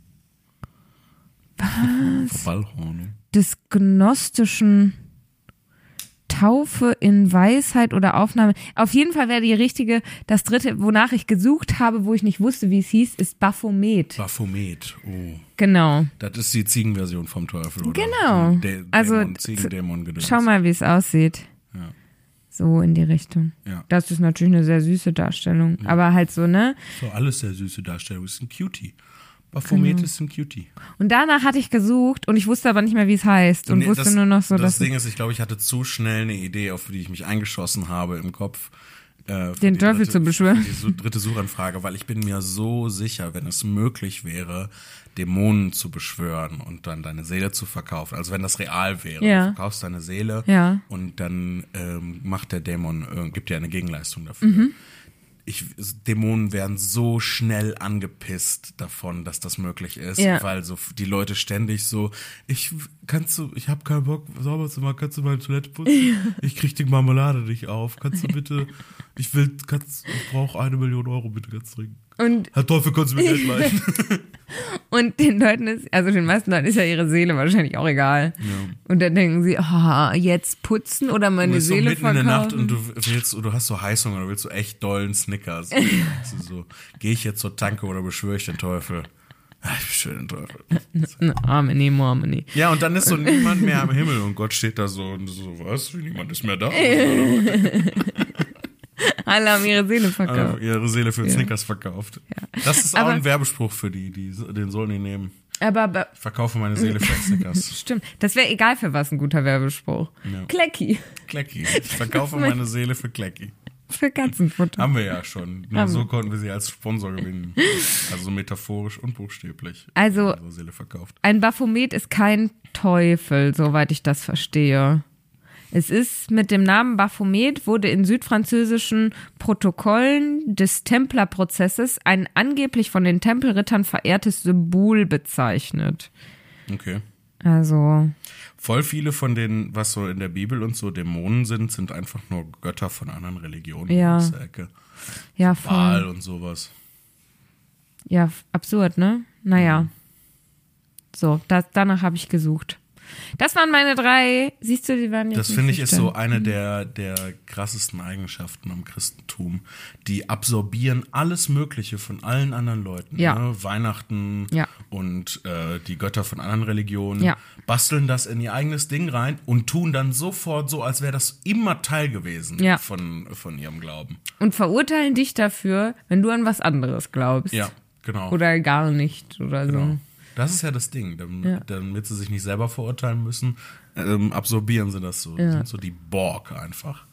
Ballhornung. des gnostischen Taufe in Weisheit oder Aufnahme. Auf jeden Fall wäre die richtige, das dritte, wonach ich gesucht habe, wo ich nicht wusste, wie es hieß, ist Baphomet. Baphomet, oh. Genau. Das ist die Ziegenversion vom Teufel, oder? Genau. Dä Also, Dämon, Ziegendämon-Gedöns. Schau mal, wie es aussieht. Ja. So in die Richtung. Ja. Das ist natürlich eine sehr süße Darstellung. Aber halt so, ne? So, alles sehr süße Darstellung. Ist ein Cutie. Baphomet Genau. ist ein Cutie. Und danach hatte ich gesucht und ich wusste aber nicht mehr, wie es heißt. Und Nee, wusste nur noch so, das dass Ding ist, ich glaube, ich hatte zu schnell eine Idee, auf die ich mich eingeschossen habe im Kopf, Äh, Den Teufel dritte, zu beschwören. Für die dritte Suchanfrage, weil ich bin mir so sicher, wenn es möglich wäre, Dämonen zu beschwören und dann deine Seele zu verkaufen. Also wenn das real wäre. Ja. Du verkaufst deine Seele Ja. und dann ähm, macht der Dämon, äh, gibt dir eine Gegenleistung dafür. Mhm. Ich, Dämonen werden so schnell angepisst davon, dass das möglich ist, Ja. weil so die Leute ständig so, ich kannst du, ich habe keinen Bock sauber zu machen, kannst du meine Toilette putzen? Ja. Ich krieg die Marmelade nicht auf, kannst du bitte, ich will, kannst, ich brauche eine Million Euro bitte ganz dringend. Und Herr Teufel, kannst du mir Geld leihen? Und den Leuten ist, also den meisten Leuten ist ja ihre Seele wahrscheinlich auch egal. Ja. Und dann denken sie, oh, jetzt putzen oder meine du bist Seele so mitten verkaufen. in der Nacht und du willst, du hast so Heißhunger, du willst so echt dollen Snickers. Also so, gehe ich jetzt zur Tanke oder beschwöre ich den Teufel? Ich beschwöre den Teufel. Harmony, Harmony. Ja, und dann ist so niemand mehr am Himmel und Gott steht da so und so, was? Niemand ist mehr da? Alle haben ihre Seele verkauft. Also ihre Seele für Ja. Snickers verkauft. Ja. Das ist auch Aber- ein Werbespruch für die, die, den sollen die nehmen. Aber, aber Ich verkaufe meine Seele für Snickers. stimmt, das wäre egal für was ein guter Werbespruch. Ja. Klecki. Klecki. Ich verkaufe meine Seele für Klecki. Für Katzenfutter. Haben wir ja schon. Nur Haben so wir. konnten wir sie als Sponsor gewinnen. Also metaphorisch und buchstäblich. Also- Unsere Seele verkauft. Ein Baphomet ist kein Teufel, soweit ich das verstehe. Es ist mit dem Namen Baphomet wurde in südfranzösischen Protokollen des Templerprozesses ein angeblich von den Tempelrittern verehrtes Symbol bezeichnet. Okay. Also, Voll viele von denen, was so in der Bibel und so Dämonen sind, sind einfach nur Götter von anderen Religionen. Ja. Aus der Ecke. ja, Baal voll. und sowas. Ja, absurd, ne? Naja. So, das, danach habe ich gesucht. Das waren meine drei. Siehst du, die waren jetzt Das nicht finde ich ist so schüchtern. eine der, der krassesten Eigenschaften am Christentum. Die absorbieren alles Mögliche von allen anderen Leuten. Ja. Ne? Weihnachten Ja. und äh, die Götter von anderen Religionen. Ja. Basteln das in ihr eigenes Ding rein und tun dann sofort so, als wäre das immer Teil gewesen Ja. von, von ihrem Glauben. Und verurteilen dich dafür, wenn du an was anderes glaubst. Ja, genau. Oder gar nicht oder so. Genau. Das ist ja das Ding. Dann, Ja. Damit sie sich nicht selber verurteilen müssen, ähm, absorbieren sie das so. Ja. Sind so die Borg einfach.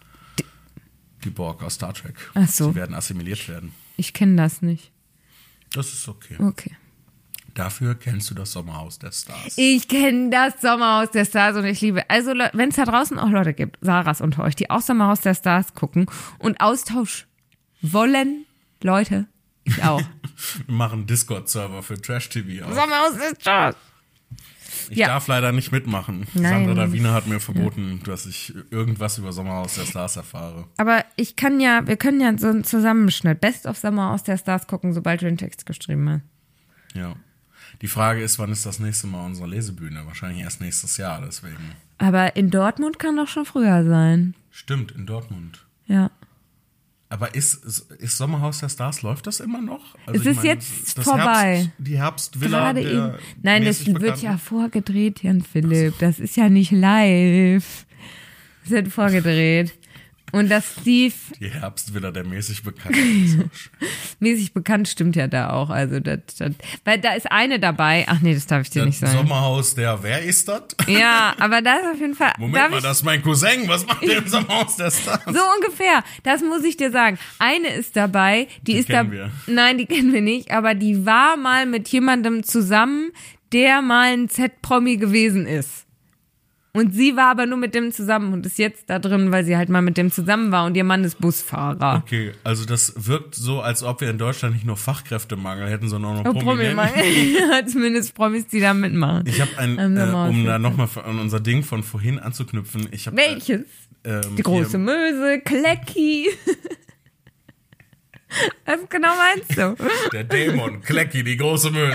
Die Borg aus Star Trek. Ach so. Sie werden assimiliert werden. Ich kenne das nicht. Das ist okay. Okay. Dafür kennst du das Sommerhaus der Stars. Ich kenne das Sommerhaus der Stars und ich liebe. Also, wenn es da draußen auch Leute gibt, Sarahs unter euch, die auch Sommerhaus der Stars gucken und Austausch wollen, Leute, ich auch. Wir machen einen Discord-Server für Trash-T V auf. Sommerhaus der Stars. Ich Ja. darf leider nicht mitmachen. Nein. Sandra Davina hat mir verboten, dass ich irgendwas über Sommerhaus der Stars erfahre. Aber ich kann ja, wir können ja so einen Zusammenschnitt Best of Sommerhaus der Stars gucken, sobald du den Text geschrieben hast. Ja. Die Frage ist, wann ist das nächste Mal unsere Lesebühne? Wahrscheinlich erst nächstes Jahr, deswegen. Aber in Dortmund kann doch schon früher sein. Stimmt, in Dortmund. Ja. Aber ist, ist, ist Sommerhaus der Stars, läuft das immer noch? Also Es ich ist meine, jetzt das vorbei. Herbst, die Herbstvilla Gerade der eben. Nein, das mäßig wird Bekannten? ja vorgedreht, Jan Philipp. Das ist ja nicht live. Das wird vorgedreht. Und das Steve Die Herbstvilla der mäßig Bekannten. ist auch schön. mäßig bekannt stimmt ja da auch. Also das, das, weil da ist eine dabei. Ach nee, das darf ich dir nicht Das sagen. Sommerhaus der, wer ist das? Ja, aber da ist auf jeden Fall. Moment darf mal, ich, das ist mein Cousin. Was macht der im Sommerhaus der Stars? so ungefähr. Das muss ich dir sagen. Eine ist dabei, die, Die ist da. kennen wir. Nein, die kennen wir nicht, aber die war mal mit jemandem zusammen, der mal ein Z-Promi gewesen ist. Und sie war aber nur mit dem zusammen und ist jetzt da drin, weil sie halt mal mit dem zusammen war und ihr Mann ist Busfahrer. Okay, also das wirkt so, als ob wir in Deutschland nicht nur Fachkräftemangel hätten, sondern auch noch Oh, Prominenten. Promi, zumindest Promis, die da mitmachen. Ich habe ein, Am äh, Sommerhaus um der da nochmal an unser Ding von vorhin anzuknüpfen. Ich hab, Welches? Äh, ähm, Die große hier- Möse, Klecki. Was genau meinst du? Der Dämon, Klecki, die große Möse.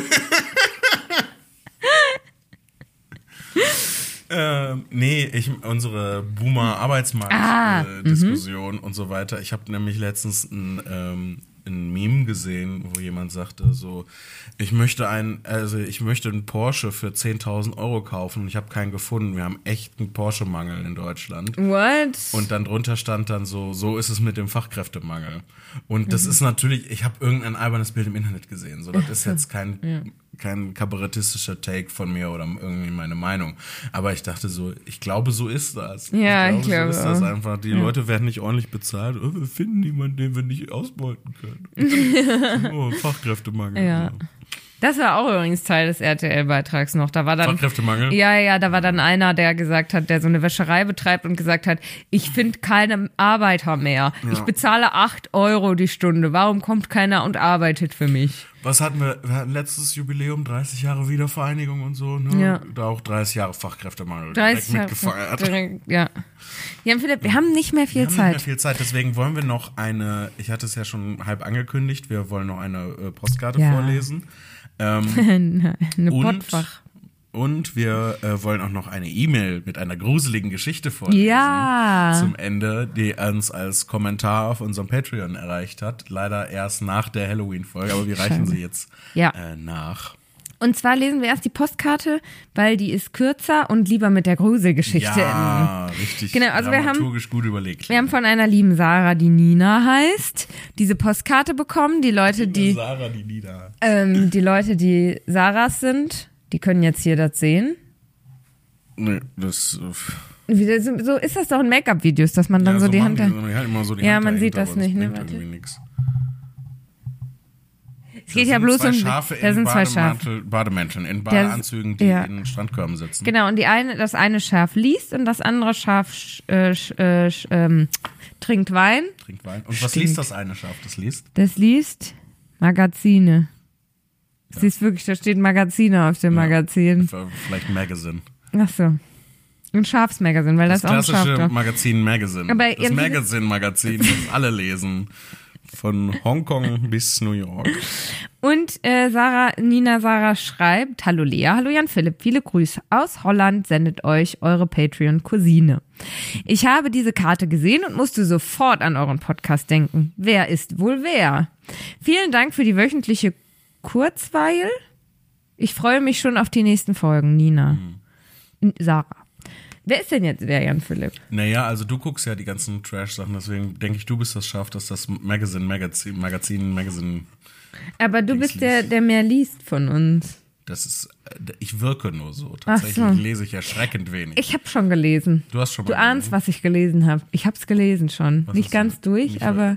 ähm, nee, ich, unsere Ah, Boomer-Arbeitsmarkt-Diskussion und so weiter. Ich habe nämlich letztens ein, ähm, ein Meme gesehen, wo jemand sagte so, ich möchte ein, also ich möchte einen Porsche für zehntausend Euro kaufen und ich habe keinen gefunden. Wir haben echt einen Porsche-Mangel in Deutschland. What? Und dann drunter stand dann so, so ist es mit dem Fachkräftemangel. Und das ist natürlich, ich habe irgendein albernes Bild im Internet gesehen. So, das ist jetzt kein kein kabarettistischer Take von mir oder irgendwie meine Meinung. Aber ich dachte so, ich glaube, so ist das. Ja, ich ich glaube, glaube so ist das auch. einfach. Die Ja. Leute werden nicht ordentlich bezahlt. Oh, wir finden niemanden, den wir nicht ausbeuten können. Oh, Fachkräftemangel. Ja. Das war auch übrigens Teil des R T L-Beitrags noch. Da war dann Fachkräftemangel? Ja, ja, da war dann einer, der gesagt hat, der so eine Wäscherei betreibt und gesagt hat, ich finde keine Arbeiter mehr. Ja. Ich bezahle acht Euro die Stunde. Warum kommt keiner und arbeitet für mich? Was hatten wir? Wir hatten letztes Jubiläum, dreißig Jahre Wiedervereinigung und so, ne? Ja. Da auch dreißig Jahre Fachkräftemangel. dreißig direkt mitgefeiert. Direkt, ja. Ja, Philipp, wir haben nicht mehr viel Wir haben Zeit. nicht mehr viel Zeit, deswegen wollen wir noch eine, ich hatte es ja schon halb angekündigt, wir wollen noch eine äh, Postkarte Ja. vorlesen. Ähm, eine und, Pottfach. und wir äh, wollen auch noch eine E-Mail mit einer gruseligen Geschichte vorlesen. Ja. Zum Ende, die uns als Kommentar auf unserem Patreon erreicht hat. Leider erst nach der Halloween-Folge, aber wir reichen Schade. sie jetzt Ja. äh, nach. Und zwar lesen wir erst die Postkarte, weil die ist kürzer und lieber mit der Gruselgeschichte enden. Ja, richtig Genau, also wir haben- dramaturgisch gut überlegt. Wir haben von einer lieben Sarah, die Nina heißt, diese Postkarte bekommen. Die Leute, die, Sarah, die Nina. ähm, die Leute, die Sarahs sind, die können jetzt hier das sehen. Nee, das... Wie- So so ist das doch in Make-up-Videos, dass man dann ja, so die machen Hand... die, die halten immer so die Ja, Hand man dahinter, sieht das aber nicht, ne? bringt Warte. irgendwie nix. Es geht Da ja sind bloß zwei um... Schafe Da in sind zwei Schafe. Bademantel, Bademänteln, in Der- Badeanzügen, die ja. in Strandkörben sitzen. Genau, und die eine, das eine Schaf liest und das andere Schaf sch, äh, sch, äh, sch, ähm, trinkt Wein. Trinkt Wein. Und was Stinkt. liest das eine Schaf? Das liest? Das liest Magazine. Das liest wirklich, da steht Magazine auf dem Magazin. Vielleicht ein Magazine. Ach so. Ein Schafsmagazin, weil das, Das auch ein Schaf klassische drauf. Magazin Magazine. Aber das irgendwie- Magazine-Magazin, das alle lesen. Von Hongkong bis New York. Und äh, Sarah, Nina Sarah schreibt, hallo Lea, hallo Jan Philipp, viele Grüße aus Holland, sendet euch eure Patreon-Cousine. Ich habe diese Karte gesehen und musste sofort an euren Podcast denken. Wer ist wohl wer? Vielen Dank für die wöchentliche Kurzweil. Ich freue mich schon auf die nächsten Folgen, Nina. N- Sarah. Wer ist denn jetzt wer, Jan Philipp? Naja, also du guckst ja die ganzen Trash-Sachen, deswegen denke ich, du bist das Schaf, dass das Magazine, Magazin, Magazin, Magazin, Aber du Dings bist der, liest. der mehr liest von uns. das ist, äh, ich wirke nur so. Tatsächlich Ach so. lese ich erschreckend wenig. Ich habe schon gelesen. Du hast schon mal Du ahnst, gelesen? was ich gelesen habe. Ich habe es gelesen schon. Was Nicht hast ganz du- durch, nicht aber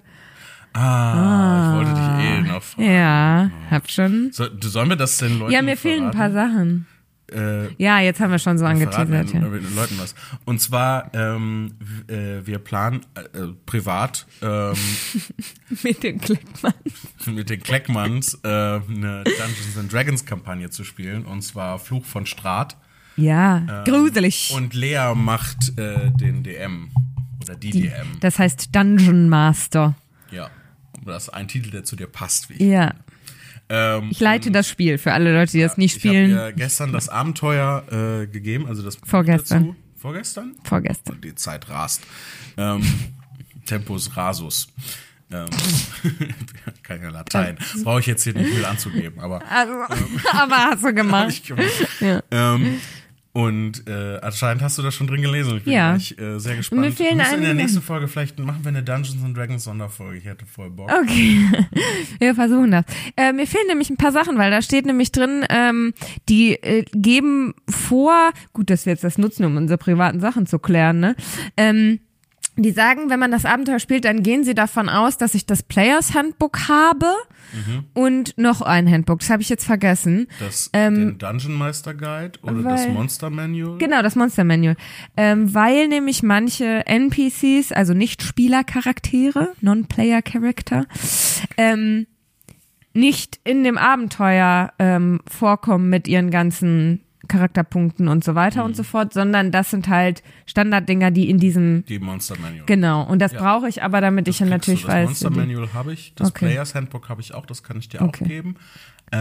Ah, ich wollte dich eh noch fragen. ja, hab schon. So, du sollen wir das den Leuten Ja, mir fehlen ein paar verraten? Sachen. Äh, Ja, jetzt haben wir schon so verraten angeteasert. den, Ja. den Leuten was. Und zwar, ähm, w- äh, wir planen äh, privat ähm, Mit dem Klickmann. mit den Kleckmanns äh, eine Dungeons and Dragons Kampagne zu spielen, und zwar Fluch von Strahd. Ja, gruselig. Und Lea macht äh, den D M oder die, D M. Das heißt Dungeon Master. Ja, das ist ein Titel, der zu dir passt, wie ich Ja, ähm, ich leite das Spiel für alle Leute, die das nicht Ich spielen. habe ihr gestern das Abenteuer äh, gegeben, also das Buch Vorgestern. Dazu. Vorgestern? Vorgestern. Die Zeit rast. Ähm, Tempus rasus. Ähm, kann ja Latein. Brauche ich jetzt hier nicht viel anzugeben, aber Also, aber hast du hab gemacht. ich gemacht. Ja. Ähm, und äh, anscheinend hast du das schon drin gelesen. Ich bin Ja. gleich, äh, sehr gespannt. Mir fehlen Wir müssen in der einige nächsten Folge vielleicht machen wir eine Dungeons and Dragons Sonderfolge. Ich hätte voll Bock. Okay, wir versuchen das. Äh, mir fehlen nämlich ein paar Sachen, weil da steht nämlich drin, ähm, die äh, geben vor, gut, dass wir jetzt das nutzen, um unsere privaten Sachen zu klären, ne? Ähm, die sagen, wenn man das Abenteuer spielt, dann gehen sie davon aus, dass ich das Players Handbook habe Mhm. und noch ein Handbook. Das habe ich jetzt vergessen. Das, Ähm, den Dungeon Meister Guide oder das weil- Monster Manual. Genau, das Monster Manual. Ähm, weil nämlich manche N P Cs, also Nicht-Spieler-Charaktere, Non-Player-Character, ähm, nicht in dem Abenteuer ähm, vorkommen mit ihren ganzen Charakterpunkten und so weiter Mhm. und so fort, sondern das sind halt Standarddinger, die in diesem, Die Monster Manual. genau, und das Ja. brauche ich aber, damit ich Das ja kriegst natürlich du. Das weiß. Monster wie die- Manual habe ich, das Okay. Players Handbook habe ich auch, das kann ich dir Okay. auch geben. Äh,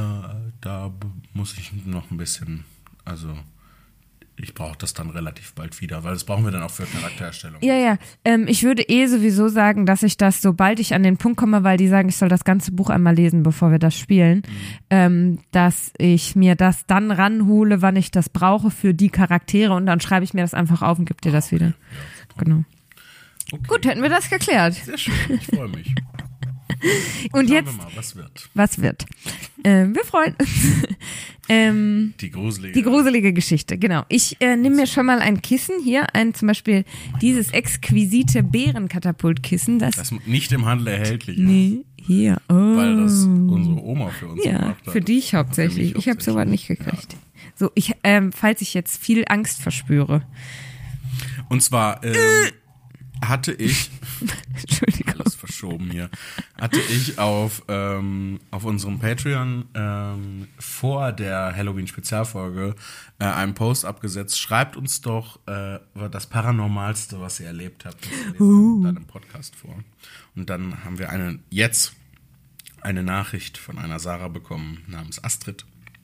da b- muss ich noch ein bisschen, also ich brauche das dann relativ bald wieder, weil das brauchen wir dann auch für Charaktererstellung. Ja, ja. Ähm, ich würde eh sowieso sagen, dass ich das, sobald ich an den Punkt komme, weil die sagen, ich soll das ganze Buch einmal lesen, bevor wir das spielen, Mhm. ähm, dass ich mir das dann ranhole, wann ich das brauche für die Charaktere und dann schreibe ich mir das einfach auf und gebe dir das wieder. Ja, super. Genau. Okay. Gut, hätten wir das geklärt. Sehr schön, ich freue mich. Und Schauen jetzt, wir mal, was wird. was wird? Äh, wir freuen uns. ähm, Die gruselige. Die gruselige Geschichte, genau. Ich äh, nehme mir schon mal ein Kissen hier, ein zum Beispiel dieses exquisite Bärenkatapultkissen. Das, Das nicht im Handel erhältlich ist. nee, hier. Oh. Weil das unsere Oma für uns Ja, gemacht hat. für dich hauptsächlich. Für mich Ich habe sowas nicht gekriegt. Ja. So, ich, ähm, falls ich jetzt viel Angst verspüre. Und zwar ähm, hatte ich, Entschuldigung. alles verschoben hier, hatte ich auf, ähm, auf unserem Patreon ähm, vor der Halloween-Spezialfolge äh, einen Post abgesetzt. Schreibt uns doch äh, das Paranormalste, was ihr erlebt habt. Das lesen Uh. wir dann im Podcast vor. Und dann haben wir eine, jetzt eine Nachricht von einer Sarah bekommen namens Astrid.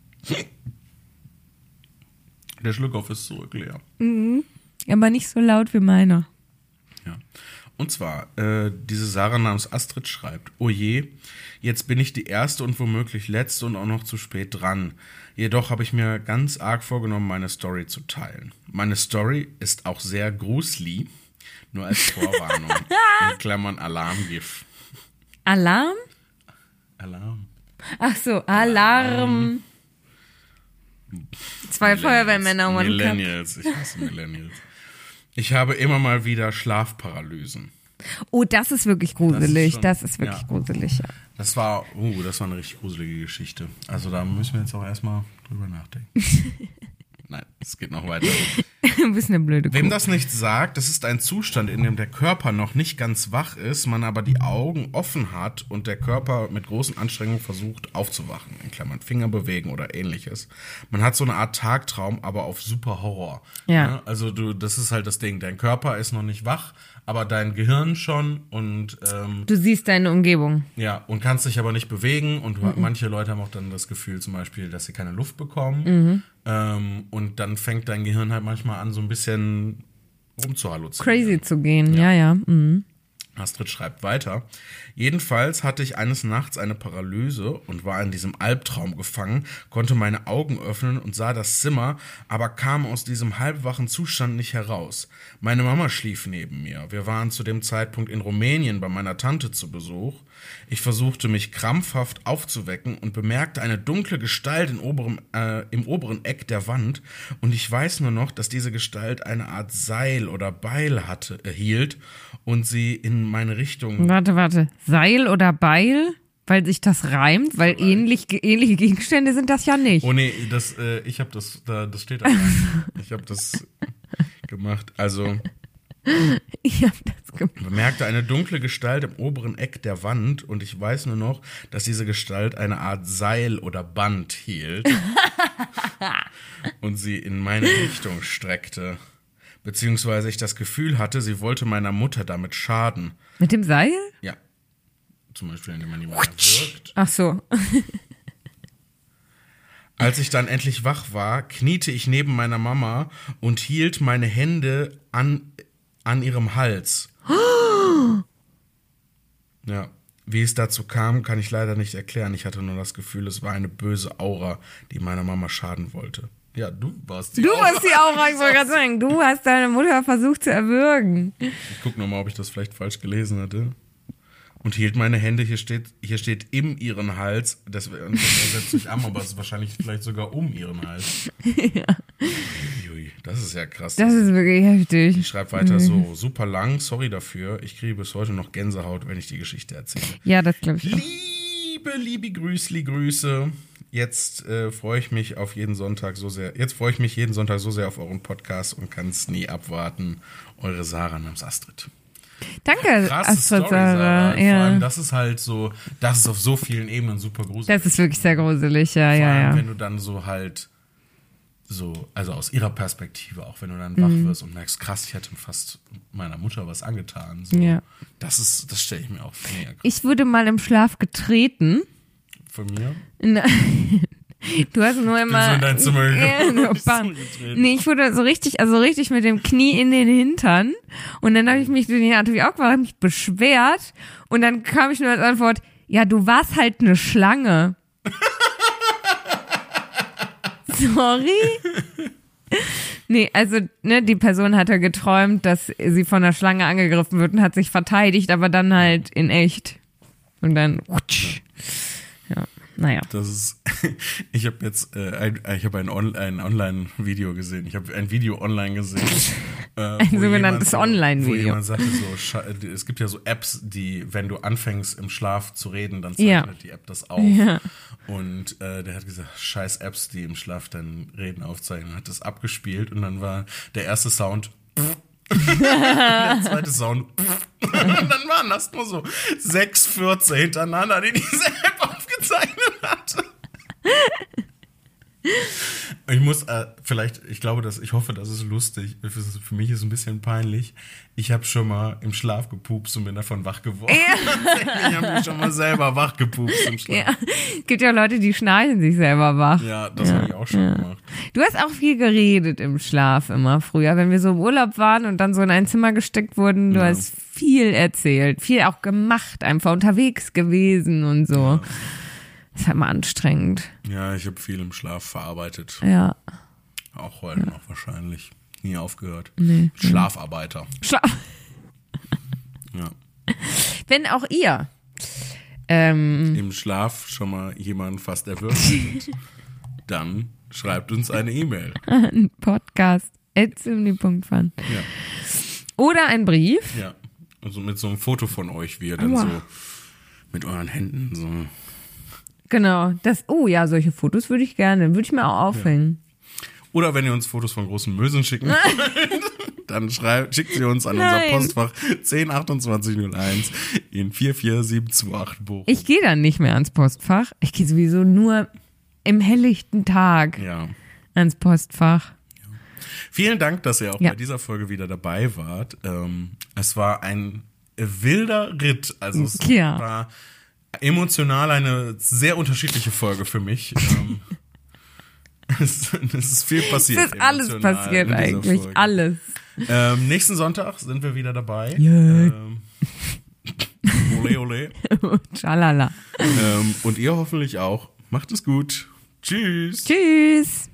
Der Schluckauf ist zurück, leer. Mhm. Aber nicht so laut wie meiner. Ja. Und zwar, äh, diese Sarah namens Astrid schreibt, oh je, jetzt bin ich die erste und womöglich letzte und auch noch zu spät dran. Jedoch habe ich mir ganz arg vorgenommen, meine Story zu teilen. Meine Story ist auch sehr gruselig, nur als Vorwarnung. In Klammern Alarmgif. Alarm? Alarm. Ach so, Alarm. Zwei Feuerwehrmänner um einen Kampf. Millennials, ich hasse Millennials. Ich habe immer mal wieder Schlafparalysen. Oh, das ist wirklich gruselig. schon- Das ist wirklich ja. gruselig, ja. Das war, uh, das war eine richtig gruselige Geschichte. Also da müssen wir jetzt auch erstmal drüber nachdenken. Nein, es geht noch weiter. Du bist eine blöde Kuh. Wem das nicht sagt, das ist ein Zustand, in dem der Körper noch nicht ganz wach ist, man aber die Augen offen hat und der Körper mit großen Anstrengungen versucht aufzuwachen, in Klammern Finger bewegen oder ähnliches. Man hat so eine Art Tagtraum, aber auf super Horror. Ja. Also du, das ist halt das Ding, dein Körper ist noch nicht wach, aber dein Gehirn schon und ähm, Du siehst deine Umgebung. ja, und kannst dich aber nicht bewegen und du, manche Leute haben auch dann das Gefühl zum Beispiel, dass sie keine Luft bekommen Mhm. ähm, und dann fängt dein Gehirn halt manchmal an, so ein bisschen rumzuhalluzinieren. Crazy zu gehen, ja, ja. Mhm. Astrid schreibt weiter. Jedenfalls hatte ich eines Nachts eine Paralyse und war in diesem Albtraum gefangen, konnte meine Augen öffnen und sah das Zimmer, aber kam aus diesem halbwachen Zustand nicht heraus. Meine Mama schlief neben mir. Wir waren zu dem Zeitpunkt in Rumänien bei meiner Tante zu Besuch. Ich versuchte mich krampfhaft aufzuwecken und bemerkte eine dunkle Gestalt in oberem, äh, im oberen Eck der Wand und ich weiß nur noch, dass diese Gestalt eine Art Seil oder Beil hatte, äh, hielt und sie in meine Richtung... Warte, warte. Seil oder Beil? Weil sich das reimt? Weil ähnlich, ähnliche Gegenstände sind das ja nicht. Oh nee, das, äh, ich habe das, da, das steht da rein. Ich habe das gemacht. Also, Ich hab das gemacht. bemerkte eine dunkle Gestalt im oberen Eck der Wand und ich weiß nur noch, dass diese Gestalt eine Art Seil oder Band hielt und sie in meine Richtung streckte. Beziehungsweise ich das Gefühl hatte, sie wollte meiner Mutter damit schaden. Mit dem Seil? Ja. Zum Beispiel, indem man jemanden erwürgt. Ach so. Als ich dann endlich wach war, kniete ich neben meiner Mama und hielt meine Hände an, an ihrem Hals. Ja, wie es dazu kam, kann ich leider nicht erklären. Ich hatte nur das Gefühl, es war eine böse Aura, die meiner Mama schaden wollte. Ja, du warst die Du Aura. warst die Aura, ich wollte gerade sagen. Du hast deine Mutter versucht zu erwürgen. Ich guck nochmal, ob ich das vielleicht falsch gelesen hatte. Und hielt meine Hände, hier steht, hier steht im ihren Hals, das, das ersetzt sich am, aber es ist wahrscheinlich vielleicht sogar um ihren Hals. Ja. Ui, das ist ja krass. Das ist wirklich Ich heftig. schreibe weiter so, super lang, sorry dafür. Ich kriege bis heute noch Gänsehaut, wenn ich die Geschichte erzähle. Ja, das glaube ich auch. Liebe, liebe Grüßli, Grüße. Jetzt äh, freue ich mich auf jeden Sonntag so sehr. Jetzt freue ich mich jeden Sonntag so sehr auf euren Podcast und kann es nie abwarten. Eure Sarah namens Astrid. Danke, Krasse Astrid Story, Sarah. Sarah. Vor allem, Ja. das ist halt so, das ist auf so vielen Ebenen super gruselig. Das ist wirklich sehr gruselig, ja, Vor ja, allem, ja. wenn du dann so halt so, also aus ihrer Perspektive, auch wenn du dann wach Mhm. wirst und merkst, krass, ich hätte fast meiner Mutter was angetan. So. Ja. Das ist, das stelle ich mir auch mega krass Ich wurde mal im Schlaf getreten. von mir. Nein. Du hast nur immer. so in dein Zimmer gegangen Ja, und nur bist bam. zugetreten. Nee, ich wurde so richtig, also richtig mit dem Knie in den Hintern. Und dann habe ich mich, den natürlich auch hab mich beschwert. Und dann kam ich nur als Antwort, ja, du warst halt eine Schlange. Sorry? Nee, also, ne, die Person hatte geträumt, dass sie von einer Schlange angegriffen wird und hat sich verteidigt, aber dann halt in echt. und dann rutsch. Ja, naja. Das ist, ich habe jetzt, äh, ein, ich habe ein, On, ein Online-Video gesehen. Ich habe ein Video online gesehen. Äh, ein sogenanntes so, Online-Video. Wo jemand sagte so, es gibt ja so Apps, die, wenn du anfängst im Schlaf zu reden, dann zeichnet ja. die App das auf. Ja. Und äh, der hat gesagt, scheiß Apps, die im Schlaf dann Reden aufzeichnen. Hat das abgespielt und dann war der erste Sound der zweite Sound und dann waren das nur so sechs Fürze hintereinander, die diese App aufgezeichnet hatte. Ich muss äh, vielleicht, ich glaube, dass ich hoffe, das ist lustig. Für mich ist es ein bisschen peinlich. Ich habe schon mal im Schlaf gepupst und bin davon wach geworden. Ja. Ich habe mich schon mal selber wach gepupst im Schlaf. Ja. Es gibt ja Leute, die schnarchen sich selber wach. Ja, das ja. habe ich auch schon ja. gemacht. Du hast auch viel geredet im Schlaf immer früher, wenn wir so im Urlaub waren und dann so in ein Zimmer gesteckt wurden. Du ja. hast viel erzählt, viel auch gemacht, einfach unterwegs gewesen und so. Ja. Das ist halt mal anstrengend. Ja, ich habe viel im Schlaf verarbeitet. Ja. Auch heute ja. noch wahrscheinlich. Nie aufgehört. Nee, Schlafarbeiter. Schlaf. Ja. Wenn auch ihr ähm, im Schlaf schon mal jemanden fast erwürgt, dann schreibt uns eine E-Mail. Ein Podcast at simni punkt fun. Ja. Oder ein Brief. Ja. Also mit so einem Foto von euch, wie ihr dann wow. so mit euren Händen so. Genau. Das, oh ja, solche Fotos würde ich gerne. Würde ich mir auch aufhängen. Ja. Oder wenn ihr uns Fotos von großen Mösen schicken wollt, dann schreibt, schickt sie uns an Nein. unser Postfach zehn achtundzwanzig null eins in vier vier sieben zwei acht Bochum. Ich gehe dann nicht mehr ans Postfach. Ich gehe sowieso nur im helllichten Tag ja. ans Postfach. Ja. Vielen Dank, dass ihr auch ja. bei dieser Folge wieder dabei wart. Ähm, es war ein wilder Ritt. Also es ja. war emotional eine sehr unterschiedliche Folge für mich. ähm, es, es ist viel passiert. Es ist alles passiert eigentlich. Folge. Alles. Ähm, nächsten Sonntag sind wir wieder dabei. Yeah. Ähm, ole, ole. Schalala. Ähm, und ihr hoffentlich auch. Macht es gut. Tschüss. Tschüss.